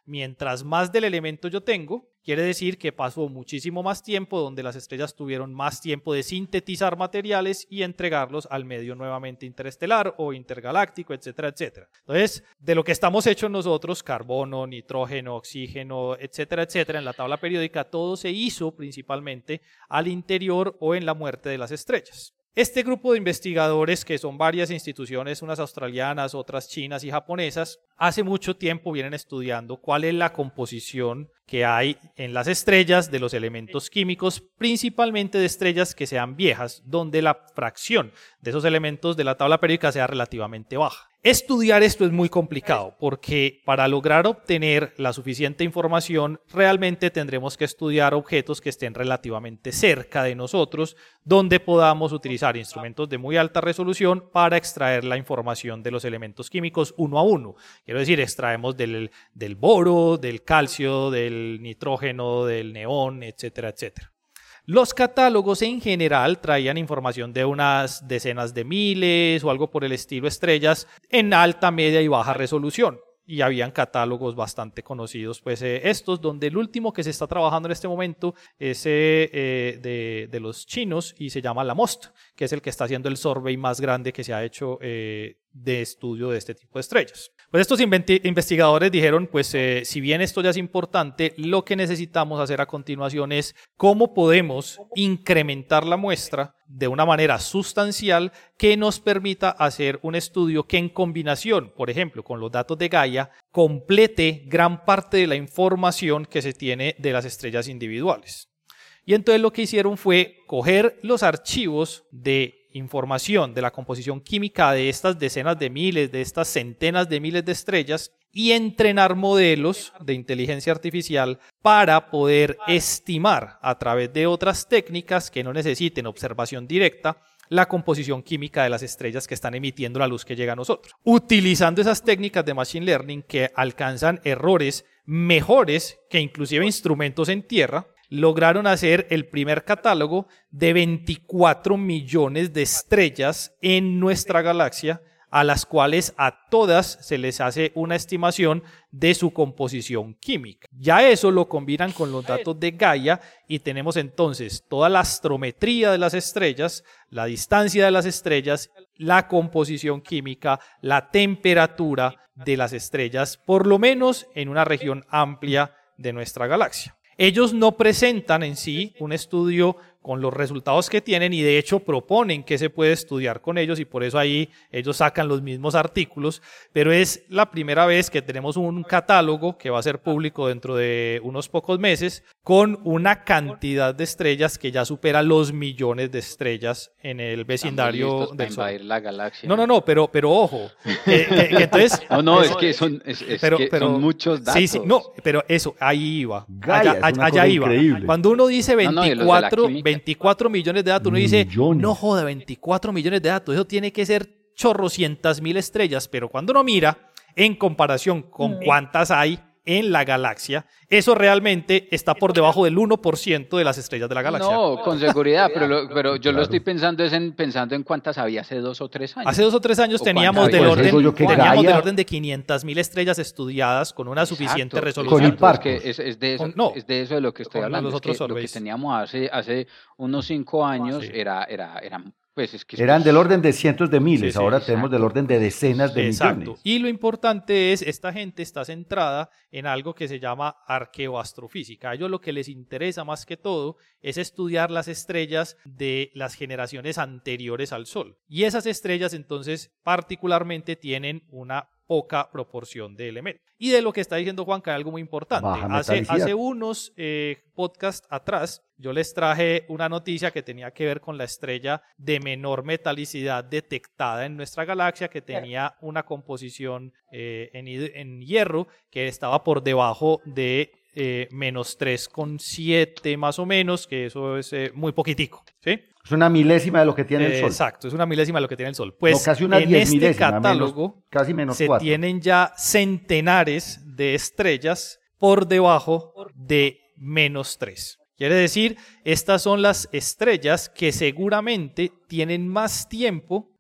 mientras más del elemento yo tengo, quiere decir que pasó muchísimo más tiempo donde las estrellas tuvieron más tiempo de sintetizar materiales y entregarlos al medio nuevamente interestelar o intergaláctico, etcétera, etcétera. Entonces, de lo que estamos hechos nosotros, carbono, nitrógeno, oxígeno, etcétera, etcétera, en la tabla periódica, todo se hizo principalmente al interior o en la muerte de las estrellas. Este grupo de investigadores, que son varias instituciones, unas australianas, otras chinas y japonesas, hace mucho tiempo vienen estudiando cuál es la composición que hay en las estrellas de los elementos químicos, principalmente de estrellas que sean viejas, donde la fracción de esos elementos de la tabla periódica sea relativamente baja. Estudiar esto es muy complicado porque para lograr obtener la suficiente información realmente tendremos que estudiar objetos que estén relativamente cerca de nosotros, donde podamos utilizar instrumentos de muy alta resolución para extraer la información de los elementos químicos uno a uno. Quiero decir, extraemos del, del boro, del calcio, del nitrógeno, del neón, etcétera, etcétera. Los catálogos en general traían información de unas decenas de miles o algo por el estilo estrellas en alta, media y baja resolución. Y habían catálogos bastante conocidos, pues eh, estos, donde el último que se está trabajando en este momento es eh, eh, de, de los chinos y se llama LAMOST, que es el que está haciendo el survey más grande que se ha hecho eh, de estudio de este tipo de estrellas. Pues estos investigadores dijeron, pues eh, si bien esto ya es importante, lo que necesitamos hacer a continuación es cómo podemos incrementar la muestra de una manera sustancial que nos permita hacer un estudio que en combinación, por ejemplo, con los datos de Gaia, complete gran parte de la información que se tiene de las estrellas individuales. Y entonces lo que hicieron fue coger los archivos de información de la composición química de estas decenas de miles, de estas centenas de miles de estrellas y entrenar modelos de inteligencia artificial para poder estimar a través de otras técnicas que no necesiten observación directa la composición química de las estrellas que están emitiendo la luz que llega a nosotros. Utilizando esas técnicas de Machine Learning que alcanzan errores mejores que inclusive instrumentos en tierra, lograron hacer el primer catálogo de veinticuatro millones de estrellas en nuestra galaxia, a las cuales a todas se les hace una estimación de su composición química. Ya eso lo combinan con los datos de Gaia y tenemos entonces toda la astrometría de las estrellas, la distancia de las estrellas, la composición química, la temperatura de las estrellas, por lo menos en una región amplia de nuestra galaxia. Ellos no presentan en sí un estudio con los resultados que tienen y de hecho proponen que se puede estudiar con ellos y por eso ahí ellos sacan los mismos artículos, pero es la primera vez que tenemos un catálogo que va a ser público dentro de unos pocos meses con una cantidad de estrellas que ya supera los millones de estrellas en el vecindario del Sol. La galaxia. No, no, no, pero, pero ojo. Que, que, que entonces, no, no, es, es que, son, es, es pero, que pero, son muchos datos. Sí, sí, no, pero eso, ahí iba. Gaia, allá allá, allá iba. Increíble. Cuando uno dice veinticuatro, no, no, veinticuatro millones de datos, uno dice, millones. No joda, veinticuatro millones de datos, eso tiene que ser chorrocientas mil estrellas, pero cuando uno mira en comparación con cuántas hay en la galaxia, eso realmente está por debajo del uno por ciento de las estrellas de la galaxia. No, con seguridad, pero, lo, pero yo claro. lo estoy pensando es en, pensando en cuántas había hace dos o tres años. Hace dos o tres años teníamos del orden, teníamos del orden de quinientas mil estrellas estudiadas con una Exacto. suficiente resolución. Con es, que es, es, de eso, con, no, es de eso de lo que estoy hablando. Los otros es que lo que teníamos hace, hace unos cinco años sí. era, era, era Pues es que eran del orden de cientos de miles, sí, sí, ahora exacto. tenemos del orden de decenas de exacto. millones. Y lo importante es, esta gente está centrada en algo que se llama arqueoastrofísica. A ellos lo que les interesa más que todo es estudiar las estrellas de las generaciones anteriores al Sol. Y esas estrellas entonces particularmente tienen una poca proporción de elementos. Y de lo que está diciendo Juanca, hay algo muy importante. Hace, hace unos eh, podcasts atrás, yo les traje una noticia que tenía que ver con la estrella de menor metalicidad detectada en nuestra galaxia, que tenía una composición eh, en, en hierro que estaba por debajo de eh, menos tres coma siete más o menos, que eso es eh, muy poquitico, ¿sí? Es una milésima de lo que tiene el Sol. Exacto, es una milésima de lo que tiene el Sol. Pues no, casi una en este milésima, catálogo menos, casi menos se cuatro. tienen ya centenares de estrellas por debajo de menos tres. Quiere decir, estas son las estrellas que seguramente tienen más tiempo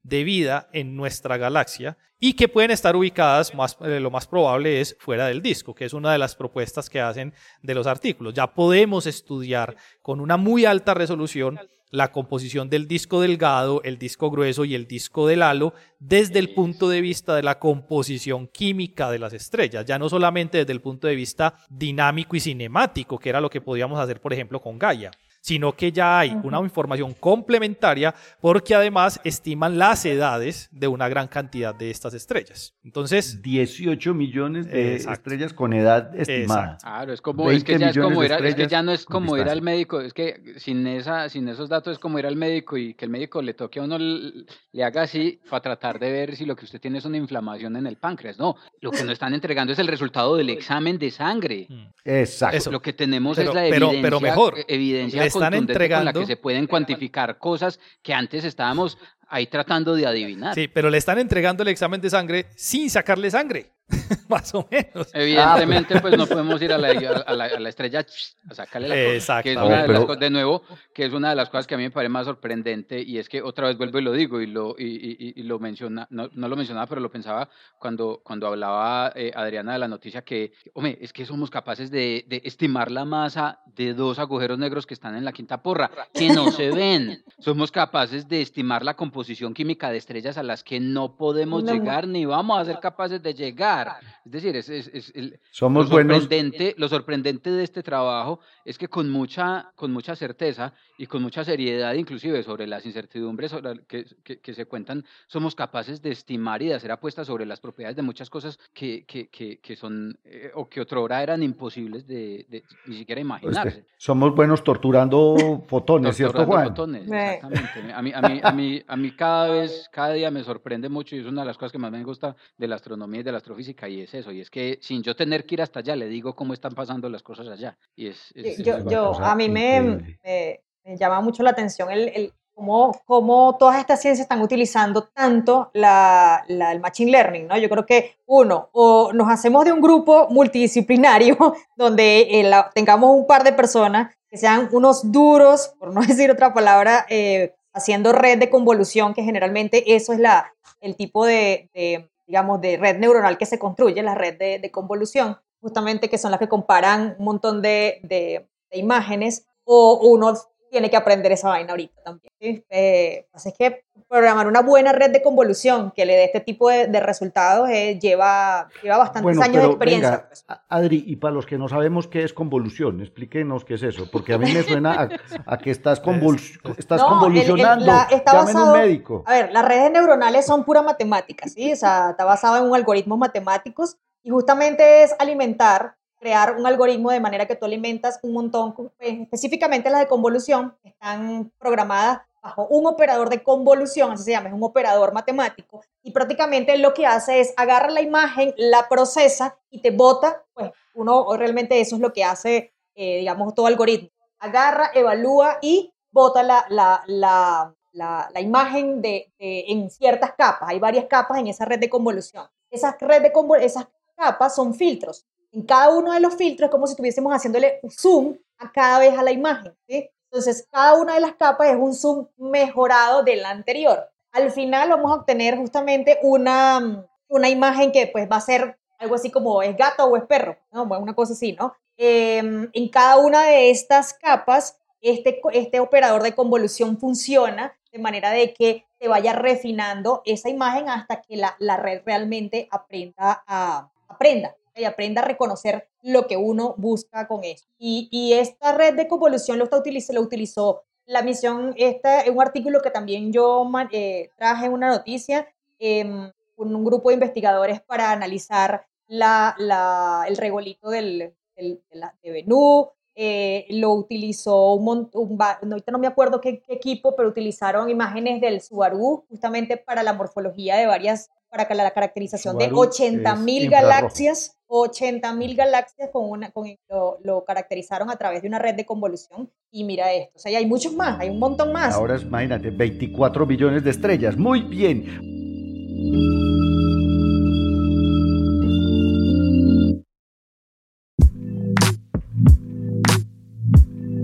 de vida en nuestra galaxia y que pueden estar ubicadas, más, eh, lo más probable es fuera del disco, que es una de las propuestas que hacen de los artículos. Ya podemos estudiar con una muy alta resolución la composición del disco delgado, el disco grueso y el disco del halo desde el punto de vista de la composición química de las estrellas, ya no solamente desde el punto de vista dinámico y cinemático, que era lo que podíamos hacer, por ejemplo, con Gaia, sino que ya hay una información complementaria porque además estiman las edades de una gran cantidad de estas estrellas. Entonces, dieciocho millones de exacto. estrellas con edad estimada. Exacto. Claro, es como es que ya es como ir a, es que ya no es como ir al médico, es que sin esa sin esos datos es como ir al médico y que el médico le toque a uno le, le haga así para tratar de ver si lo que usted tiene es una inflamación en el páncreas. No, lo que nos están entregando es el resultado del examen de sangre. Exacto. Eso. Lo que tenemos pero, es la pero, evidencia, pero mejor, evidencia están entregando con la que se pueden cuantificar cosas que antes estábamos ahí tratando de adivinar. Sí, pero le están entregando el examen de sangre sin sacarle sangre, más o menos. Evidentemente, ah, pues no podemos ir a la, a la, a la estrella a sacarle la cosa, que es una de, las cosas, de nuevo, que es una de las cosas que a mí me parece más sorprendente, y es que otra vez vuelvo y lo digo, y lo, y, y, y lo menciona, no, no lo mencionaba, pero lo pensaba cuando, cuando hablaba eh, Adriana de la noticia, que, hombre, es que somos capaces de, de estimar la masa de dos agujeros negros que están en la quinta porra, que no se ven. Somos capaces de estimar la composición química de estrellas a las que no podemos no, llegar, ni vamos a ser capaces de llegar. Es decir, es, es, es el, somos lo, sorprendente, buenos. lo sorprendente de este trabajo es que con mucha, con mucha certeza y con mucha seriedad, inclusive sobre las incertidumbres sobre que, que, que se cuentan, somos capaces de estimar y de hacer apuestas sobre las propiedades de muchas cosas que, que, que, que son, eh, o que otrora eran imposibles de, de ni siquiera imaginarse. Pues somos buenos torturando fotones, ¿cierto, Juan? Fotones, exactamente. A mí, a mí, a mí, a mí cada vez, cada día me sorprende mucho, y es una de las cosas que más me gusta de la astronomía y de la astrofísica, y es eso, y es que sin yo tener que ir hasta allá, le digo cómo están pasando las cosas allá. Y es, es, yo, es yo a mí me, me, me llama mucho la atención el, el cómo, cómo todas estas ciencias están utilizando tanto la, la, el machine learning, ¿no? Yo creo que uno, o nos hacemos de un grupo multidisciplinario donde eh, la, tengamos un par de personas que sean unos duros, por no decir otra palabra, eh, haciendo red de convolución, que generalmente eso es la, el tipo de, de, digamos, de red neuronal que se construye, la red de, de convolución, justamente que son las que comparan un montón de, de, de imágenes, o uno tiene que aprender esa vaina ahorita también. ¿Sí? Eh, así es que programar una buena red de convolución que le dé este tipo de, de resultados eh, lleva, lleva bastantes bueno, años de experiencia. Venga, pues. Adri, y para los que no sabemos qué es convolución, explíquenos qué es eso, porque a mí me suena a, a que estás, convul, estás no, convolucionando. El, el, la, está Llamen basado, un médico. A ver, las redes neuronales son pura matemática, ¿sí? O sea, está basado en algoritmos matemáticos y justamente es alimentar, crear un algoritmo de manera que tú alimentas un montón, específicamente las de convolución, están programadas bajo un operador de convolución, así se llama, es un operador matemático, y prácticamente lo que hace es agarra la imagen, la procesa y te bota, pues uno realmente eso es lo que hace, eh, digamos, todo algoritmo, agarra, evalúa y bota la, la, la, la, la imagen de, de, en ciertas capas, hay varias capas en esa red de convolución, esas, red de convol- esas capas son filtros. En cada uno de los filtros es como si estuviésemos haciéndole zoom a cada vez a la imagen, ¿sí? Entonces, cada una de las capas es un zoom mejorado de la anterior. Al final vamos a obtener justamente una, una imagen que pues va a ser algo así como es gato o es perro, ¿no? Una cosa así, ¿no? Eh, en cada una de estas capas, este, este operador de convolución funciona de manera de que se vaya refinando esa imagen hasta que la, la red realmente aprenda a aprenda. Y aprenda a reconocer lo que uno busca con eso. Y, y esta red de convolución lo, está utiliz- lo utilizó la misión, esta es un artículo que también yo eh, traje en una noticia, eh, con un grupo de investigadores para analizar la, la, el regolito del, del, de, la, de Bennu, eh, lo utilizó un montón, ahorita no me acuerdo qué, qué equipo, pero utilizaron imágenes del Subaru justamente para la morfología de varias, para la caracterización Subaru de ochenta mil galaxias, ochenta mil galaxias con una, con, lo, lo caracterizaron a través de una red de convolución y mira esto, o sea, hay muchos más, hay un montón más. Ahora imagínate, veinticuatro billones de estrellas, muy bien.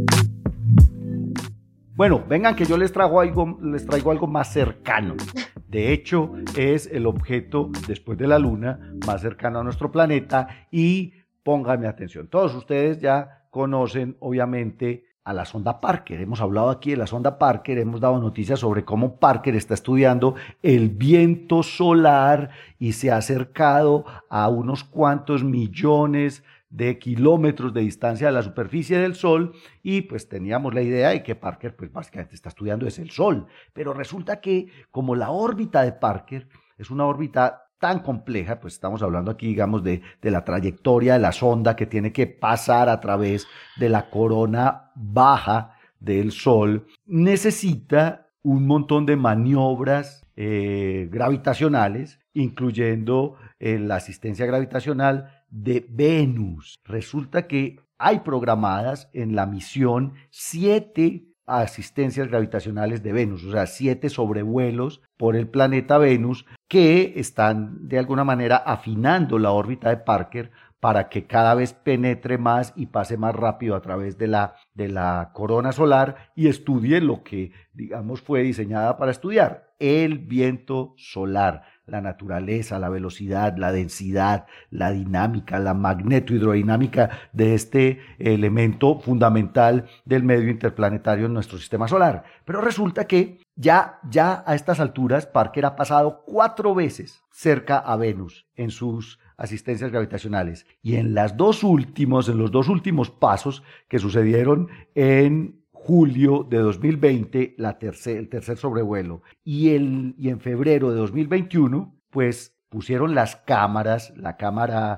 Bueno, vengan que yo les traigo algo, les traigo algo más cercano. De hecho, es el objeto después de la Luna más cercano a nuestro planeta y pónganme atención. Todos ustedes ya conocen, obviamente, a la sonda Parker. Hemos hablado aquí de la sonda Parker, hemos dado noticias sobre cómo Parker está estudiando el viento solar y se ha acercado a unos cuantos millones de kilómetros de distancia de la superficie del Sol y pues teníamos la idea de que Parker pues básicamente está estudiando es el Sol, pero resulta que como la órbita de Parker es una órbita tan compleja, pues estamos hablando aquí, digamos, de, de la trayectoria de la sonda que tiene que pasar a través de la corona baja del Sol, necesita un montón de maniobras eh, gravitacionales, incluyendo eh, la asistencia gravitacional de Venus. Resulta que hay programadas en la misión siete asistencias gravitacionales de Venus, o sea, siete sobrevuelos por el planeta Venus que están de alguna manera afinando la órbita de Parker para que cada vez penetre más y pase más rápido a través de la, de la corona solar y estudie lo que, digamos, fue diseñada para estudiar, el viento solar, la naturaleza, la velocidad, la densidad, la dinámica, la magnetohidrodinámica de este elemento fundamental del medio interplanetario en nuestro sistema solar. Pero resulta que ya, ya a estas alturas Parker ha pasado cuatro veces cerca a Venus en sus asistencias gravitacionales y en las dos últimos, en los dos últimos pasos que sucedieron en julio de dos mil veinte, la tercer, el tercer sobrevuelo, y, el, y en febrero de dos mil veintiuno, pues pusieron las cámaras, la cámara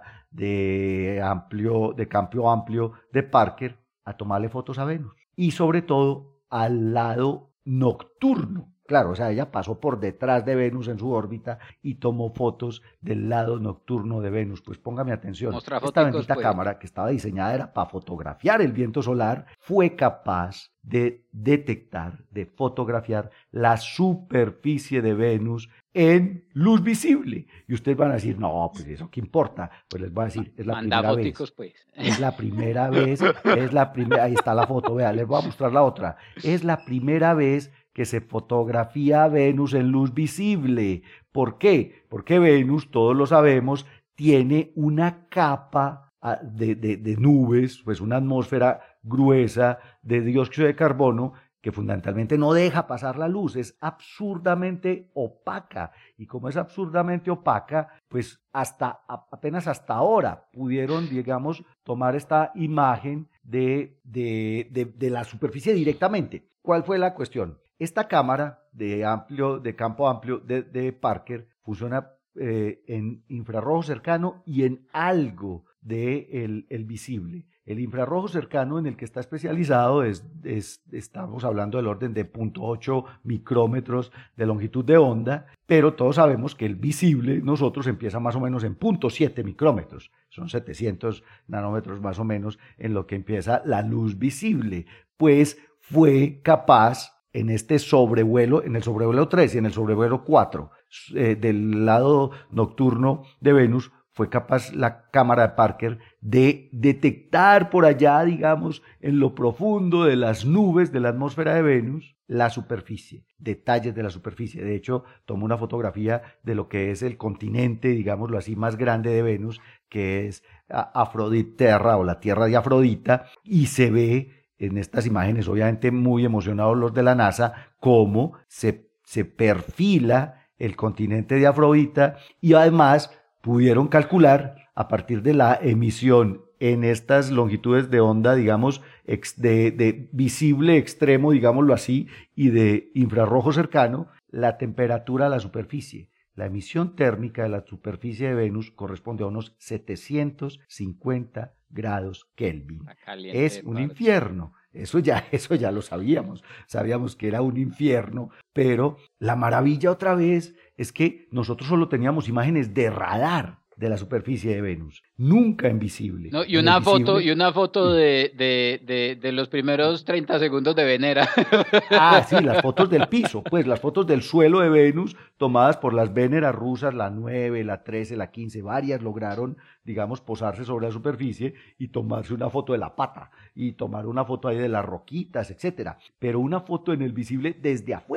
de, amplio, de campo amplio de Parker, a tomarle fotos a Venus, y sobre todo al lado nocturno. Claro, o sea, ella pasó por detrás de Venus en su órbita y tomó fotos del lado nocturno de Venus. Pues póngame atención, Mostra esta foticos, bendita pues. cámara que estaba diseñada era para fotografiar el viento solar, fue capaz de detectar, de fotografiar la superficie de Venus en luz visible. Y ustedes van a decir, no, pues eso qué importa. Pues les voy a decir, es la Manda primera foticos, vez. pues. Es la primera vez, es la primera, ahí está la foto, vea, les voy a mostrar la otra. Es la primera vez que se fotografía a Venus en luz visible. ¿Por qué? Porque Venus, todos lo sabemos, tiene una capa de, de, de nubes, pues una atmósfera gruesa de dióxido de carbono que fundamentalmente no deja pasar la luz, es absurdamente opaca. Y como es absurdamente opaca, pues hasta apenas hasta ahora pudieron, digamos, tomar esta imagen de, de, de, de la superficie directamente. ¿Cuál fue la cuestión? Esta cámara de, amplio, de campo amplio de, de Parker funciona eh, en infrarrojo cercano y en algo de el, el visible. El infrarrojo cercano en el que está especializado es, es, estamos hablando del orden de cero punto ocho micrómetros de longitud de onda, pero todos sabemos que el visible nosotros empieza más o menos en cero punto siete micrómetros, son setecientos nanómetros más o menos en lo que empieza la luz visible, pues fue capaz en este sobrevuelo, en el sobrevuelo tres y en el sobrevuelo cuatro eh, del lado nocturno de Venus, fue capaz la cámara de Parker de detectar por allá, digamos, en lo profundo de las nubes de la atmósfera de Venus, la superficie, detalles de la superficie. De hecho, tomó una fotografía de lo que es el continente, digámoslo así, más grande de Venus, que es Afrodite Terra o la tierra de Afrodita, y se ve en estas imágenes, obviamente muy emocionados los de la NASA, cómo se, se perfila el continente de Afrodita y además pudieron calcular a partir de la emisión en estas longitudes de onda, digamos, de, de visible extremo, digámoslo así, y de infrarrojo cercano, la temperatura de la superficie. La emisión térmica de la superficie de Venus corresponde a unos setecientos cincuenta grados Kelvin. Es un infierno. Eso ya, eso ya lo sabíamos. Sabíamos que era un infierno, pero la maravilla otra vez es que nosotros solo teníamos imágenes de radar de la superficie de Venus, nunca en visible. No, y una foto, y una foto de, de, de, de los primeros treinta segundos de Venera. Ah, sí, las fotos del piso, pues las fotos del suelo de Venus tomadas por las Veneras rusas, la nueve, la trece, la quince, varias lograron, digamos, posarse sobre la superficie y tomarse una foto de la pata y tomar una foto ahí de las roquitas, etcétera. Pero una foto en el visible desde afuera,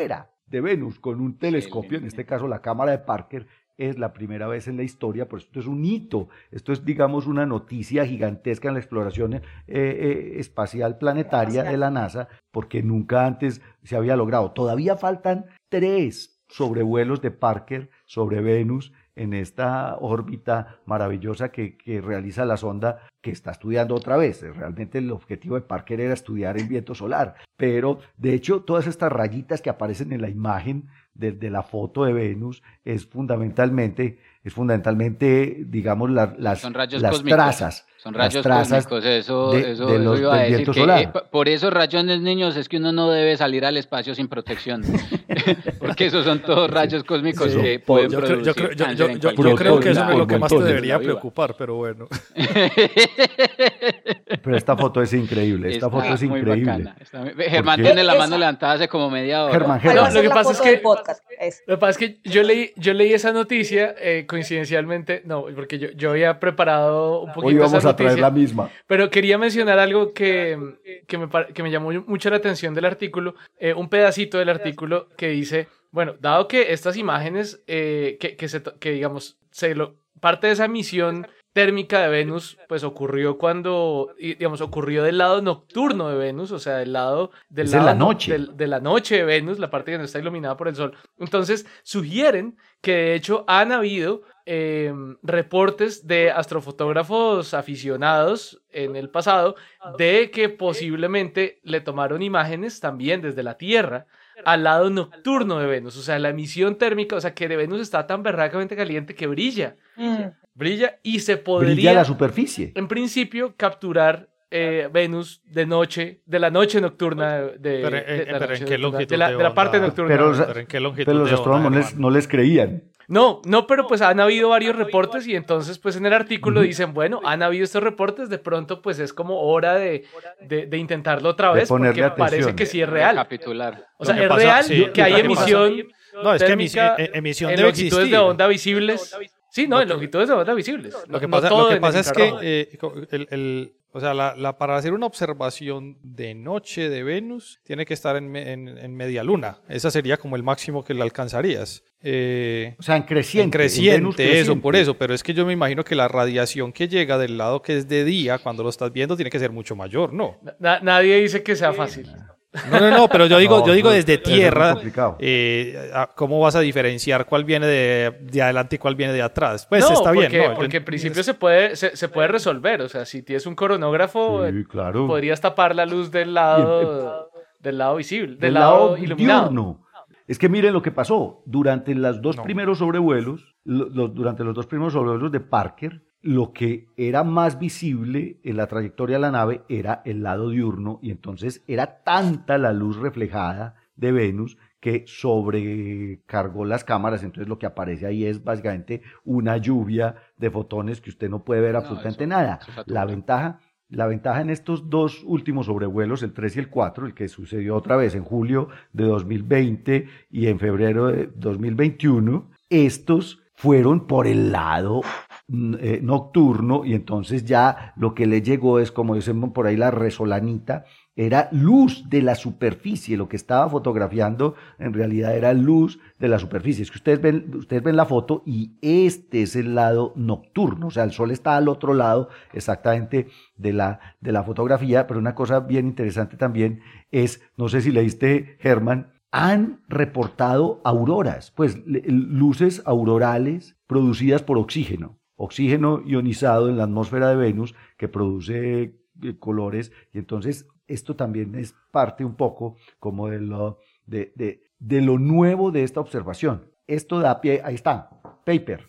de Venus con un telescopio, en este caso la cámara de Parker. Es la primera vez en la historia, por esto es un hito, esto es, digamos, una noticia gigantesca en la exploración eh, eh, espacial planetaria de la NASA, porque nunca antes se había logrado. Todavía faltan tres sobrevuelos de Parker sobre Venus en esta órbita maravillosa que, que realiza la sonda que está estudiando otra vez. Realmente el objetivo de Parker era estudiar el viento solar, pero de hecho todas estas rayitas que aparecen en la imagen de, de la foto de Venus es fundamentalmente, es fundamentalmente digamos, la, las, Son rayos las cósmicos. trazas. Son rayos trazas cósmicos, eso, de, eso, de eso los, iba a del decir viento que solar. eh, por esos rayones, niños, es que uno no debe salir al espacio sin protección, porque esos son todos rayos cósmicos Sí. que Yo pueden Yo, creo- producir yo creo- yo- cáncer yo- en yo- cualquier yo creo que eso no es lo Por que más te montones. debería preocupar, pero bueno. Pero esta foto es increíble, esta Está foto es muy increíble. bacana, está muy- Germán Porque- tiene la Esa- mano levantada hace como media hora. Germán, ¿Cuál va a Germán. ser Lo que la pasa es foto que- del podcast? Es- Lo que pasa es que yo leí, yo leí esa noticia eh, coincidencialmente, no, porque yo, yo había preparado un poquito Hoy vamos esa a traer noticia, la misma. pero quería mencionar algo que, que, me, par- que me llamó mucho la atención del artículo, eh, un pedacito del artículo que dice, bueno, dado que estas imágenes, eh, que, que, se, to- que digamos, se lo, parte de esa misión térmica de Venus, pues ocurrió cuando, y, digamos, ocurrió del lado nocturno de Venus, o sea, del lado, del Es en lado la no- noche. del- de la noche de Venus, la parte que no está iluminada por el sol. Entonces, sugieren que de hecho han habido eh, reportes de astrofotógrafos aficionados en el pasado de que posiblemente le tomaron imágenes también desde la Tierra al lado nocturno de Venus, o sea, la emisión térmica, o sea, que de Venus está tan berracamente caliente que brilla, Mm. brilla y se podría, Brilla la superficie. en principio, capturar eh, Venus de noche, de la noche nocturna de, de- Pero, de- eh, de la pero ¿en noche qué nocturna, longitud de la, de de la parte onda? nocturna. Pero, o sea, Pero ¿en qué longitud Pero los de onda, astrónomos no les, Germán? no les creían. No, no, pero pues han habido varios reportes y entonces pues en el artículo Ujú. dicen, bueno, han habido estos reportes, de pronto pues es como hora de, de, de intentarlo otra De vez porque ponerle parece atención. que sí es real. Capitular. O sea, Lo que es pasa- real sí, que hay lo que pasa- emisión No, es que térmica emisi- e- emisión en debe longitudes existir. de onda visibles. Sí, no, Lo en que- longitudes de onda visibles. Lo que No- pasa, no lo todo que en pasa el es que infrarrojo. eh, co- el, el- o sea, la, la- para hacer una observación de noche de Venus tiene que estar en, me- en- en media luna. Esa sería como el máximo que le alcanzarías. Eh, O sea, en creciente. en creciente, en Venus eso, creciente. por eso. Pero es que yo me imagino que la radiación que llega del lado que es de día, cuando lo estás viendo, tiene que ser mucho mayor, ¿no? Na- nadie dice que sea fácil. No, no, no, pero yo digo, No, yo digo no, desde eso es muy tierra, complicado. eh, a- ¿cómo vas a diferenciar cuál viene de, de adelante y cuál viene de atrás? Pues no, está porque, bien, ¿no? Yo- porque en principio se puede, se, se puede resolver. O sea, si tienes un coronógrafo, Sí, claro. podrías tapar la luz del lado, del lado visible, del, Del lado, lado iluminado. diurno. Es que miren lo que pasó. Durante los dos No. primeros sobrevuelos, lo- lo- durante los dos primeros sobrevuelos de Parker, lo que era más visible en la trayectoria de la nave era el lado diurno, y entonces era tanta la luz reflejada de Venus que sobrecargó las cámaras. Entonces lo que aparece ahí es básicamente una lluvia de fotones que usted no puede ver No, absolutamente eso- nada. eso es La natural. ventaja La ventaja en estos dos últimos sobrevuelos, el tres y el cuatro, el que sucedió otra vez en julio de dos mil veinte y en febrero de dos mil veintiuno, estos fueron por el lado mm, eh, nocturno, y entonces ya lo que le llegó es, como dicen por ahí, la resolanita, era luz de la superficie. Lo que estaba fotografiando en realidad era luz de la superficie. Es que ustedes ven, ustedes ven la foto y este es el lado nocturno, o sea, el sol está al otro lado exactamente de la, de la fotografía. Pero una cosa bien interesante también es, no sé si leíste, Germán, han reportado auroras, pues le- luces aurorales producidas por oxígeno, oxígeno ionizado en la atmósfera de Venus, que produce eh, colores. Y entonces esto también es parte un poco como de lo, de, de, de lo nuevo de esta observación. Esto da pie, ahí está, paper,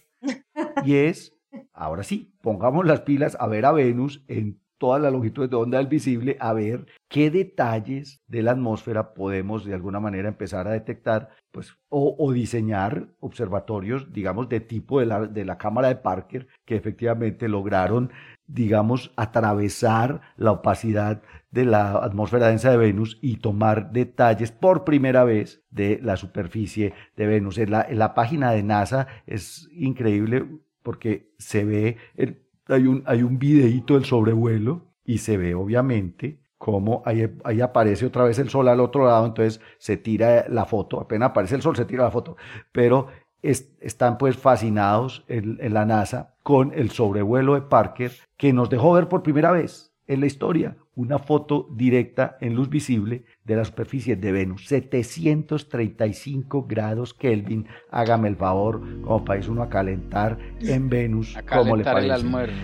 y es, ahora sí, pongamos las pilas a ver a Venus en todas las longitudes de onda del visible, a ver qué detalles de la atmósfera podemos de alguna manera empezar a detectar, pues, o, o diseñar observatorios, digamos, de tipo de la, de la cámara de Parker, que efectivamente lograron, digamos, atravesar la opacidad de la atmósfera densa de Venus y tomar detalles por primera vez de la superficie de Venus. En la, en la página de NASA es increíble porque se ve, el, hay un, hay un videíto del sobrevuelo y se ve obviamente como ahí, ahí aparece otra vez el sol al otro lado, entonces se tira la foto, apenas aparece el sol se tira la foto, pero es, están pues fascinados en, en la NASA con el sobrevuelo de Parker, que nos dejó ver por primera vez en la historia una foto directa en luz visible de la superficie de Venus, setecientos treinta y cinco grados Kelvin, hágame el favor, como para irse uno a calentar en Venus, A como le calentar parece. el almuerzo.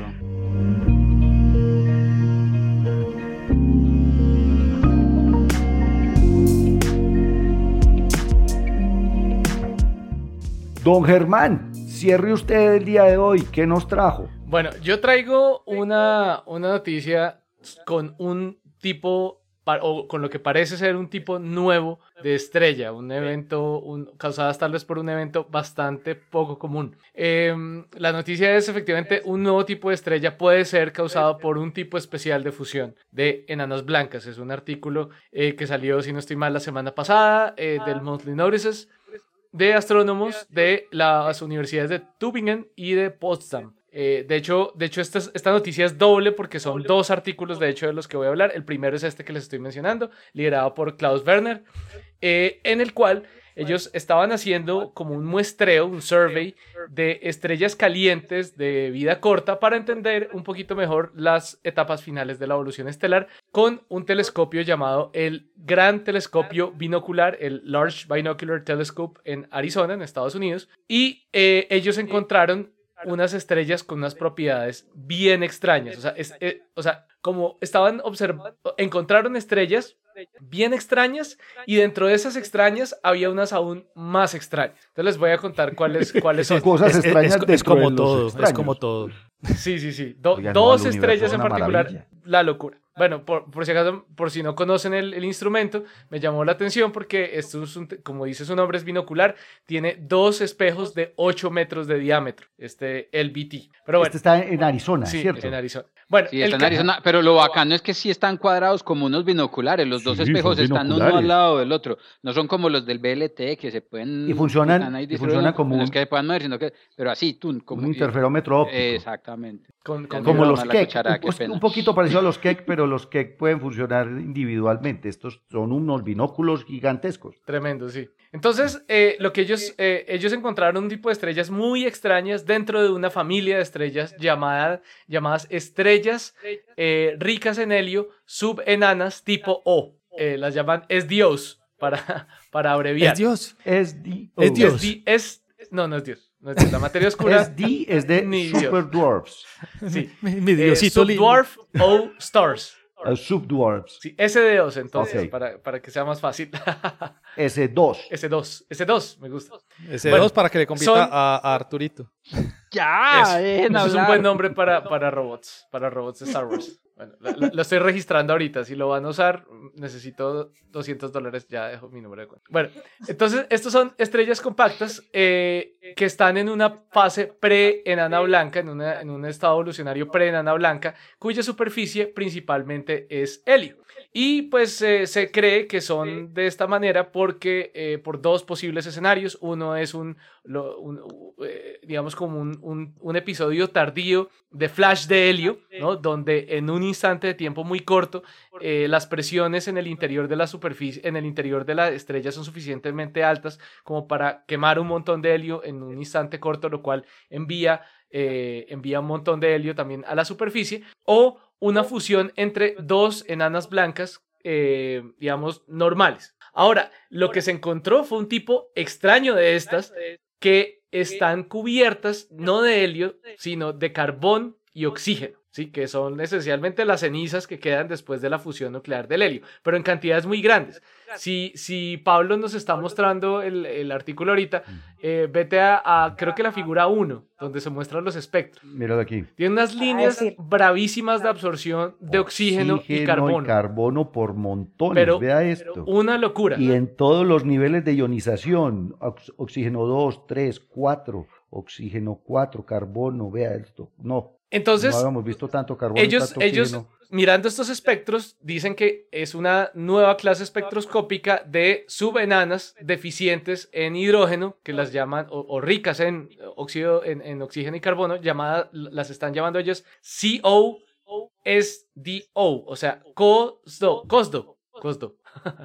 Don Germán, cierre usted el día de hoy, ¿qué nos trajo? Bueno, yo traigo una, una noticia con un tipo, o con lo que parece ser un tipo nuevo de estrella, un evento, un, causadas tal vez por un evento bastante poco común. Eh, la noticia es efectivamente un nuevo tipo de estrella puede ser causado por un tipo especial de fusión de enanas blancas. Es un artículo eh, que salió, si no estoy mal, la semana pasada eh, del Monthly Notices, de astrónomos de las universidades de Tübingen y de Potsdam. Eh, de hecho, de hecho esta, esta noticia es doble porque son dos artículos de hecho de los que voy a hablar. El primero es este que les estoy mencionando, liderado por Klaus Werner, eh, en el cual ellos estaban haciendo como un muestreo, un survey de estrellas calientes de vida corta para entender un poquito mejor las etapas finales de la evolución estelar con un telescopio llamado el Gran Telescopio Binocular, el Large Binocular Telescope en Arizona, en Estados Unidos. Y eh, ellos encontraron unas estrellas con unas propiedades bien extrañas. O sea, es, eh, o sea como estaban observando, encontraron estrellas bien extrañas y dentro de esas extrañas había unas aún más extrañas. Entonces les voy a contar cuáles, cuáles son. Cosas Es, es, extrañas es, es como dentro de los todo, extraños. es como todo. Sí, sí, sí. Do, Oigan, no, dos el universo estrellas es en una particular, maravilla. la locura. Bueno, por, por si acaso, por si no conocen el, el instrumento, me llamó la atención porque esto es un, como dice su nombre, es binocular, tiene dos espejos de ocho metros de diámetro, este L B T. Pero bueno, Este está en Arizona, sí, ¿cierto? en Arizona. Bueno, Sí, el está en ca- Arizona, pero lo bacano es que sí están cuadrados como unos binoculares. Los dos Sí, espejos son están uno binoculares. al lado del otro. No son como los del B L T que se pueden... Y funcionan- están ahí y distribuidos, funcionan como no es un- que se puedan mover, sino que... Pero así, tú... Como, Un interferómetro óptico. Exactamente. con, con- Como no, los no, la Keck, cuchara, un, qué pena. un poquito parecido a los Keck, pero los Keck pueden funcionar individualmente. Estos son unos binóculos gigantescos. Tremendo, sí. Entonces, eh, lo que ellos, eh, ellos encontraron un tipo de estrellas muy extrañas dentro de una familia de estrellas llamada, llamadas estrellas eh, ricas en helio subenanas tipo O. Eh, las llaman S D Os para, para abreviar. Es Dios. Es D. Es Dios. S D es, no, no es Dios. No es Dios. La materia oscura. S D es de Ni Dios. Super Dwarfs. Sí. Mi, mi Eh, Diosito lindo. subdwarf O stars. Uh, subdwarfs. Sí, S D Os entonces, Ok. para, para que sea más fácil. S dos. S dos. S dos, me gusta. Ese Bueno, dos para que le compita son- a, a Arturito. Ya, Eso, dejen eso es un hablar. buen nombre para, para robots, para robots de Star Wars. Bueno, lo, lo- lo estoy registrando ahorita. Si lo van a usar, necesito doscientos dólares. Ya dejo mi número de cuenta. Bueno, entonces, estos son estrellas compactas eh, que están en una fase pre-enana blanca, en, una, en un estado evolucionario pre-enana blanca, cuya superficie principalmente es helio. Y pues eh, se cree que son de esta manera porque eh, por dos posibles escenarios. Uno es un, lo- un, eh, digamos como un, un, un episodio tardío de flash de helio, ¿no? Donde en un instante de tiempo muy corto eh, las presiones en el interior de la superficie, en el interior de la estrella son suficientemente altas como para quemar un montón de helio en un instante corto, lo cual envía, eh, envía un montón de helio también a la superficie, o una fusión entre dos enanas blancas, eh, digamos, normales. Ahora, lo que se encontró fue un tipo extraño de estas que están cubiertas no de helio, sino de carbón y oxígeno, ¿sí? Que son esencialmente las cenizas que quedan después de la fusión nuclear del helio, pero en cantidades muy grandes. Si, si Pablo nos está mostrando el, el artículo ahorita, eh, vete a, a, creo que la figura uno, donde se muestran los espectros. Míralo aquí. Tiene unas líneas decir. bravísimas de absorción de oxígeno, y carbono. y carbono por montones. Pero- Vea esto. Una locura. Y en todos los niveles de ionización, ox- oxígeno dos, tres, cuatro, oxígeno cuatro, carbono, vea esto. No, Entonces, no habíamos visto tanto carbono y ellos, tanto ellos oxígeno. mirando estos espectros, dicen que es una nueva clase espectroscópica de subenanas deficientes en hidrógeno, que las llaman, o, o ricas en, óxido, en, en oxígeno y carbono, llamada, las están llamando ellos C O S D O, o sea, COSDO, COSDO, COSDO.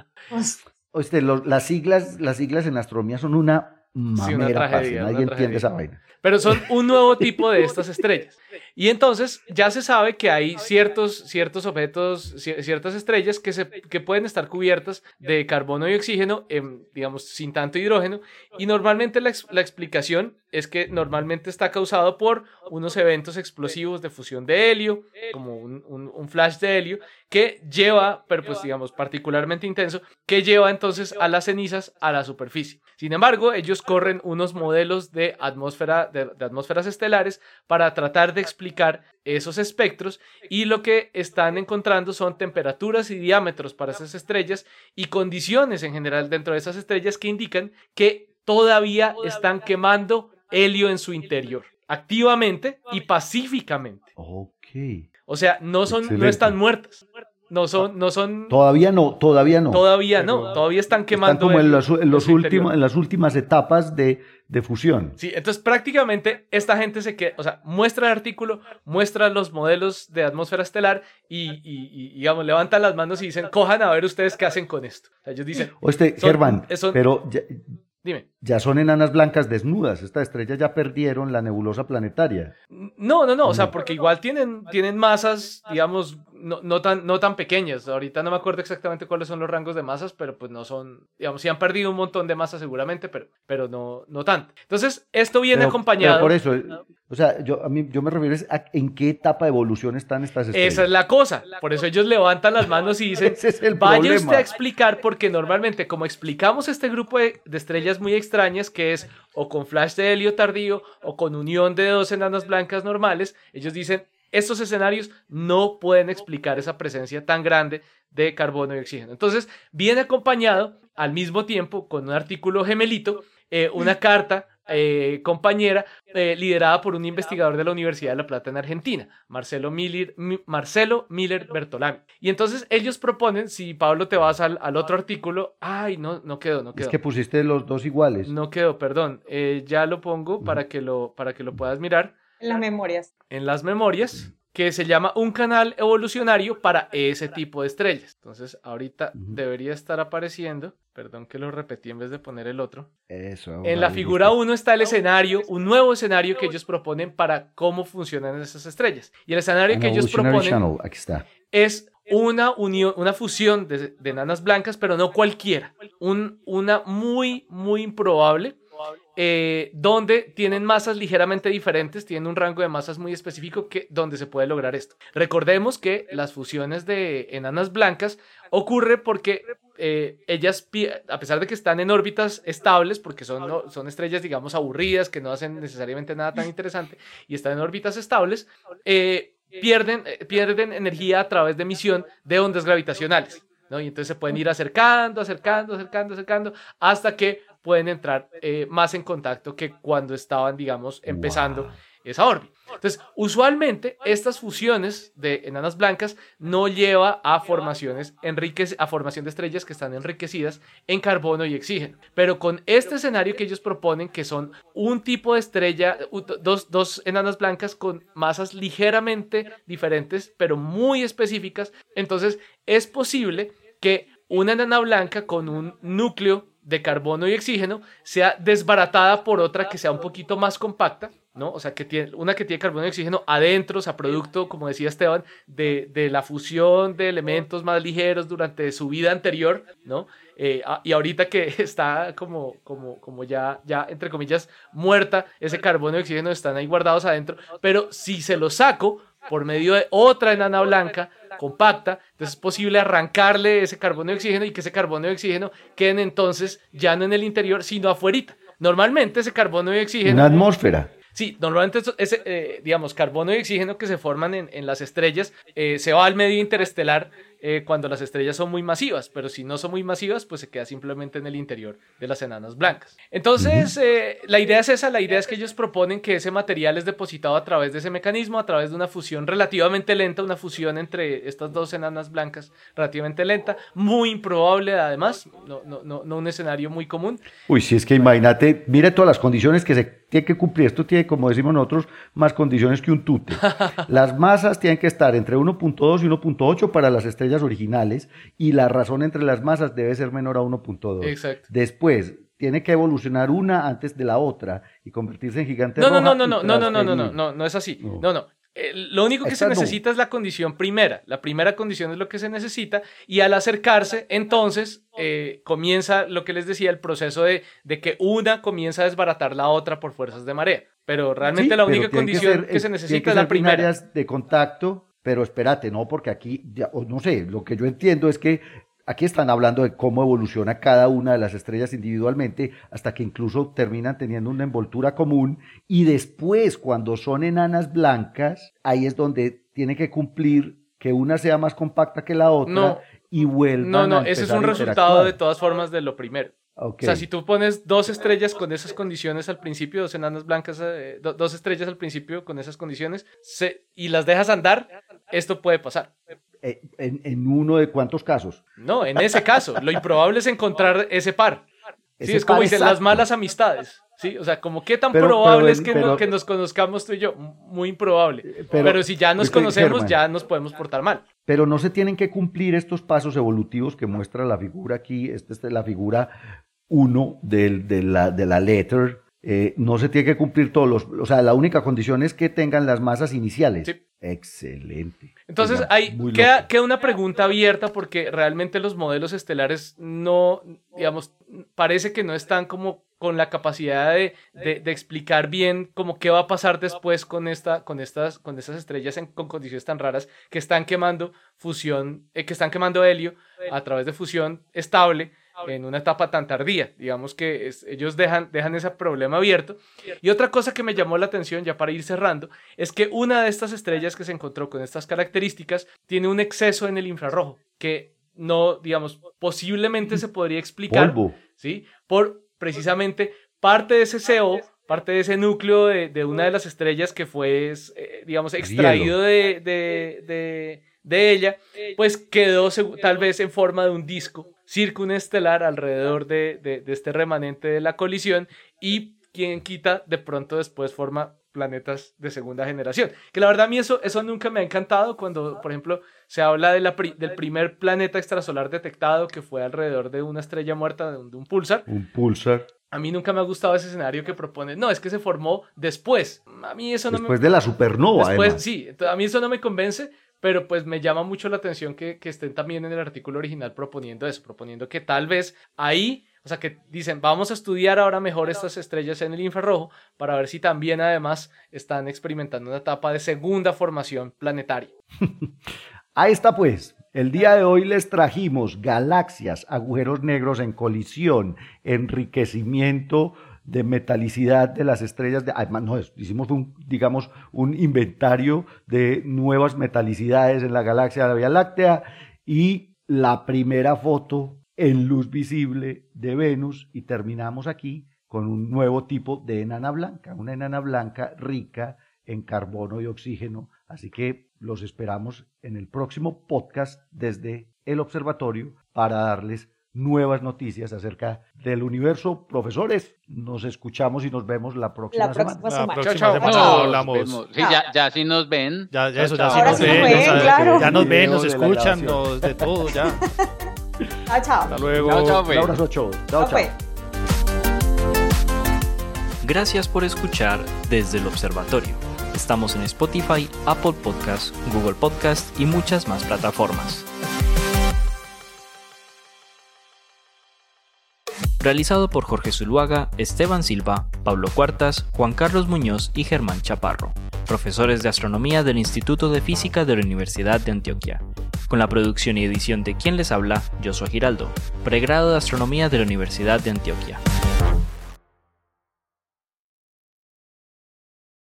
Oíste, los- las siglas, las siglas en astronomía son una mamera, Sí, una tragedia, parce, una nadie tragedia. entiende esa vaina. Pero son un nuevo tipo de estas estrellas. Y entonces ya se sabe que hay ciertos, ciertos objetos, ci- ciertas estrellas que, se, que pueden estar cubiertas de carbono y oxígeno, em, digamos, sin tanto hidrógeno. Y normalmente la, ex- la explicación es que normalmente está causado por unos eventos explosivos de fusión de helio, como un, un- un flash de helio, que lleva, pero pues digamos particularmente intenso, que lleva entonces a las cenizas a la superficie. Sin embargo, ellos corren unos modelos de, atmósfera, de, de atmósferas estelares para tratar de explicar esos espectros, y lo que están encontrando son temperaturas y diámetros para esas estrellas y condiciones en general dentro de esas estrellas que indican que todavía están quemando helio en su interior, activamente y pacíficamente. Ok. O sea, no son, no Excelente. están muertas. No son, no son, Todavía no, todavía no. todavía no, Pero- todavía están Están quemando como en helio los, en los su interior. últimos, en las últimas etapas de, de fusión. Sí, entonces prácticamente esta gente se queda, o sea, muestra el artículo, muestra los modelos de atmósfera estelar y, y, y, digamos, levantan las manos y dicen, cojan a ver ustedes qué hacen con esto. O sea, ellos dicen, Oíste, Son- Germán, son- pero ya, dime. ya son enanas blancas desnudas. Estas estrellas ya perdieron la nebulosa planetaria. No, no, no, o sea, No. porque igual tienen, tienen masas, digamos, no, no, tan, no tan pequeñas. Ahorita no me acuerdo exactamente cuáles son los rangos de masas, pero pues no son, digamos, sí han perdido un montón de masa seguramente, pero, pero no, no tanto. Entonces, esto viene Pero- acompañado... pero por eso, eh, o sea, yo, a mí, yo me refiero es a en qué etapa de evolución están estas estrellas. Esa es la cosa. Por eso ellos levantan las manos y dicen, Ese es el vaya problema. usted a explicar, porque normalmente como explicamos este grupo de, de estrellas muy extrañas, que es o con flash de helio tardío o con unión de dos enanas blancas normales, ellos dicen, estos escenarios no pueden explicar esa presencia tan grande de carbono y oxígeno. Entonces, viene acompañado al mismo tiempo con un artículo gemelito, eh, una carta eh, compañera eh, liderada por un investigador de la Universidad de La Plata en Argentina, Marcelo Miller, Mi- Marcelo Miller Bertolami. Y entonces ellos proponen, si Pablo te vas al, al otro artículo, ay, no, no quedó, no quedó. Es que pusiste los dos iguales. No quedó, perdón. Eh, ya lo pongo para que lo, para que lo puedas mirar En las memorias. en las memorias, que se llama un canal evolucionario para ese tipo de estrellas. Entonces, ahorita Ujú. debería estar apareciendo, perdón que lo repetí en vez de poner el otro. Eso. En la vale, figura listo. uno está el escenario, un nuevo escenario que ellos proponen para cómo funcionan esas estrellas. Y el escenario An que ellos Evolutionary proponen Channel, aquí está. es una unión, una fusión de, de enanas blancas, pero no cualquiera. Un, una muy, muy improbable, eh, donde tienen masas ligeramente diferentes, tienen un rango de masas muy específico que, donde se puede lograr esto. Recordemos que las fusiones de enanas blancas ocurre porque eh, ellas, pi- a pesar de que están en órbitas estables, porque son, no- son estrellas, digamos, aburridas, que no hacen necesariamente nada tan interesante, y están en órbitas estables, eh, pierden, eh, pierden energía a través de emisión de ondas gravitacionales, ¿no? Y entonces se pueden ir acercando, acercando, acercando, acercando, hasta que pueden entrar eh, más en contacto que cuando estaban, digamos, empezando Wow. esa órbita. Entonces, usualmente estas fusiones de enanas blancas no lleva a formaciones enriquec- a formación de estrellas que están enriquecidas en carbono y oxígeno. Pero con este escenario que ellos proponen, que son un tipo de estrella, u- dos, dos enanas blancas con masas ligeramente diferentes, pero muy específicas, entonces es posible que una enana blanca con un núcleo de carbono y oxígeno sea desbaratada por otra que sea un poquito más compacta, ¿no? O sea, que tiene, una que tiene carbono y oxígeno adentro, o sea, producto, como decía Esteban, de, de la fusión de elementos más ligeros durante su vida anterior, ¿no? Eh, a- y ahorita que está como, como, como ya, ya, entre comillas, muerta, ese carbono y oxígeno están ahí guardados adentro, pero si se los saco por medio de otra enana blanca compacta, entonces es posible arrancarle ese carbono y oxígeno y que ese carbono y oxígeno queden entonces ya no en el interior, sino afuerita. Normalmente ese carbono y oxígeno... Una atmósfera. Sí, normalmente eso- ese, eh, digamos, carbono y oxígeno que se forman en, en las estrellas eh, se va al medio interestelar eh, cuando las estrellas son muy masivas, pero si no son muy masivas, pues se queda simplemente en el interior de las enanas blancas. Entonces, eh, la idea es esa, la idea es que ellos proponen que ese material es depositado a través de ese mecanismo, a través de una fusión relativamente lenta, una fusión entre estas dos enanas blancas relativamente lenta, muy improbable además, no, no, no, no un escenario muy común. Uy, si es que imagínate, mire todas las condiciones que se tiene que cumplir. Esto tiene, como decimos nosotros, más condiciones que un tute. Las masas tienen que estar entre uno punto dos y uno punto ocho para las estrellas originales, y la razón entre las masas debe ser menor a uno punto dos. Exacto. Después, tiene que evolucionar una antes de la otra y convertirse en gigante no, roja. No, no, no, no, no, no, no, no, no, no es así. No, no. no. Eh, lo único que Esta se no. necesita es la condición primera. La primera condición es lo que se necesita, y al acercarse, entonces, eh, comienza lo que les decía, el proceso de, de que una comienza a desbaratar la otra por fuerzas de marea. Pero realmente Sí, la pero única tiene que condición ser- que, se eh, necesita tiene que es la ser primera. binarias de contacto, pero espérate, no, porque aquí, ya, o no sé, lo que yo entiendo es que aquí están hablando de cómo evoluciona cada una de las estrellas individualmente hasta que incluso terminan teniendo una envoltura común, y después, cuando son enanas blancas, ahí es donde tiene que cumplir que una sea más compacta que la otra No. y vuelvan No, no, a ese es empezar un a resultado interactuar. de todas formas de lo primero. Ok. O sea, si tú pones dos estrellas con esas condiciones al principio, dos enanas blancas, eh, do- dos estrellas al principio con esas condiciones, se- y las dejas andar, esto puede pasar. Eh, en, en uno de cuántos casos. No, en ese caso, lo improbable es encontrar ese par. Sí, Ese es como par dicen, exacto. las malas amistades. Sí, o sea, como qué tan Pero- probable pero es el- que, pero- no- que nos conozcamos tú y yo. Muy improbable. Pero, pero- si ya nos es que, conocemos, Germán, ya nos podemos portar mal. Pero no se tienen que cumplir estos pasos evolutivos que muestra la figura aquí. Esta es la figura uno del- de, la, de la letter. Eh, no se tiene que cumplir todos los... O sea, la única condición es que tengan las masas iniciales. Sí. Excelente. Entonces, Oiga, ahí muy queda, loco. queda una pregunta abierta, porque realmente los modelos estelares no, digamos, parece que no están como con la capacidad de, de, de explicar bien como qué va a pasar después con, esta, con, estas, con estas estrellas en, con condiciones tan raras que están quemando fusión, eh, que están quemando helio a través de fusión estable en una etapa tan tardía. Digamos que es, ellos dejan, dejan ese problema abierto. Y otra cosa que me llamó la atención, ya para ir cerrando, es que una de estas estrellas que se encontró con estas características tiene un exceso en el infrarrojo que no, digamos, posiblemente se podría explicar, Polvo. ¿sí? Por precisamente parte de ese C O, parte de ese núcleo de, de una de las estrellas que fue, eh, digamos, extraído de, de, de, de ella, pues quedó segu- tal vez en forma de un disco circunestelar alrededor de, de, de este remanente de la colisión, y quien quita de pronto después forma planetas de segunda generación. Que la verdad a mí eso, eso nunca me ha encantado cuando, por ejemplo, se habla de la pri- del primer planeta extrasolar detectado que fue alrededor de una estrella muerta, de un, de un pulsar. Un pulsar. A mí nunca me ha gustado ese escenario que propone. No, es que se formó después. A mí eso no me... Después de la supernova, Después, además. sí, entonces, a mí eso no me convence, pero pues me llama mucho la atención que, que estén también en el artículo original proponiendo eso, proponiendo que tal vez ahí, o sea, que dicen, vamos a estudiar ahora mejor estas estrellas en el infrarrojo para ver si también además están experimentando una etapa de segunda formación planetaria. Ahí está pues. El día de hoy les trajimos galaxias, agujeros negros en colisión, enriquecimiento de metalicidad de las estrellas. De, además, no, hicimos un, digamos, un inventario de nuevas metalicidades en la galaxia de la Vía Láctea, y la primera foto en luz visible de Venus, y terminamos aquí con un nuevo tipo de enana blanca, una enana blanca rica en carbono y oxígeno. Así que los esperamos en el próximo podcast desde el observatorio para darles nuevas noticias acerca del universo. Profesores, nos escuchamos y nos vemos la próxima, La próxima semana. La semana. próxima Chao, chao. semana Nos hablamos. vemos. Sí, ya, ya sí nos ven. Ya, ya eso, ya Chao, sí chao. nos Ahora sí ven, nos o ven, sea, claro. ya nos ven, Video nos de la escuchan, grabación. nos, de todo, ya. Chao, chao. Hasta luego. Chao, chao, Un pues. abrazo, chao. Chao, No, chao. pues. Gracias por escuchar desde el observatorio. Estamos en Spotify, Apple Podcasts, Google Podcasts y muchas más plataformas. Realizado por Jorge Zuluaga, Esteban Silva, Pablo Cuartas, Juan Carlos Muñoz y Germán Chaparro, profesores de astronomía del Instituto de Física de la Universidad de Antioquia. Con la producción y edición de quien les habla, Joshua Giraldo, pregrado de astronomía de la Universidad de Antioquia.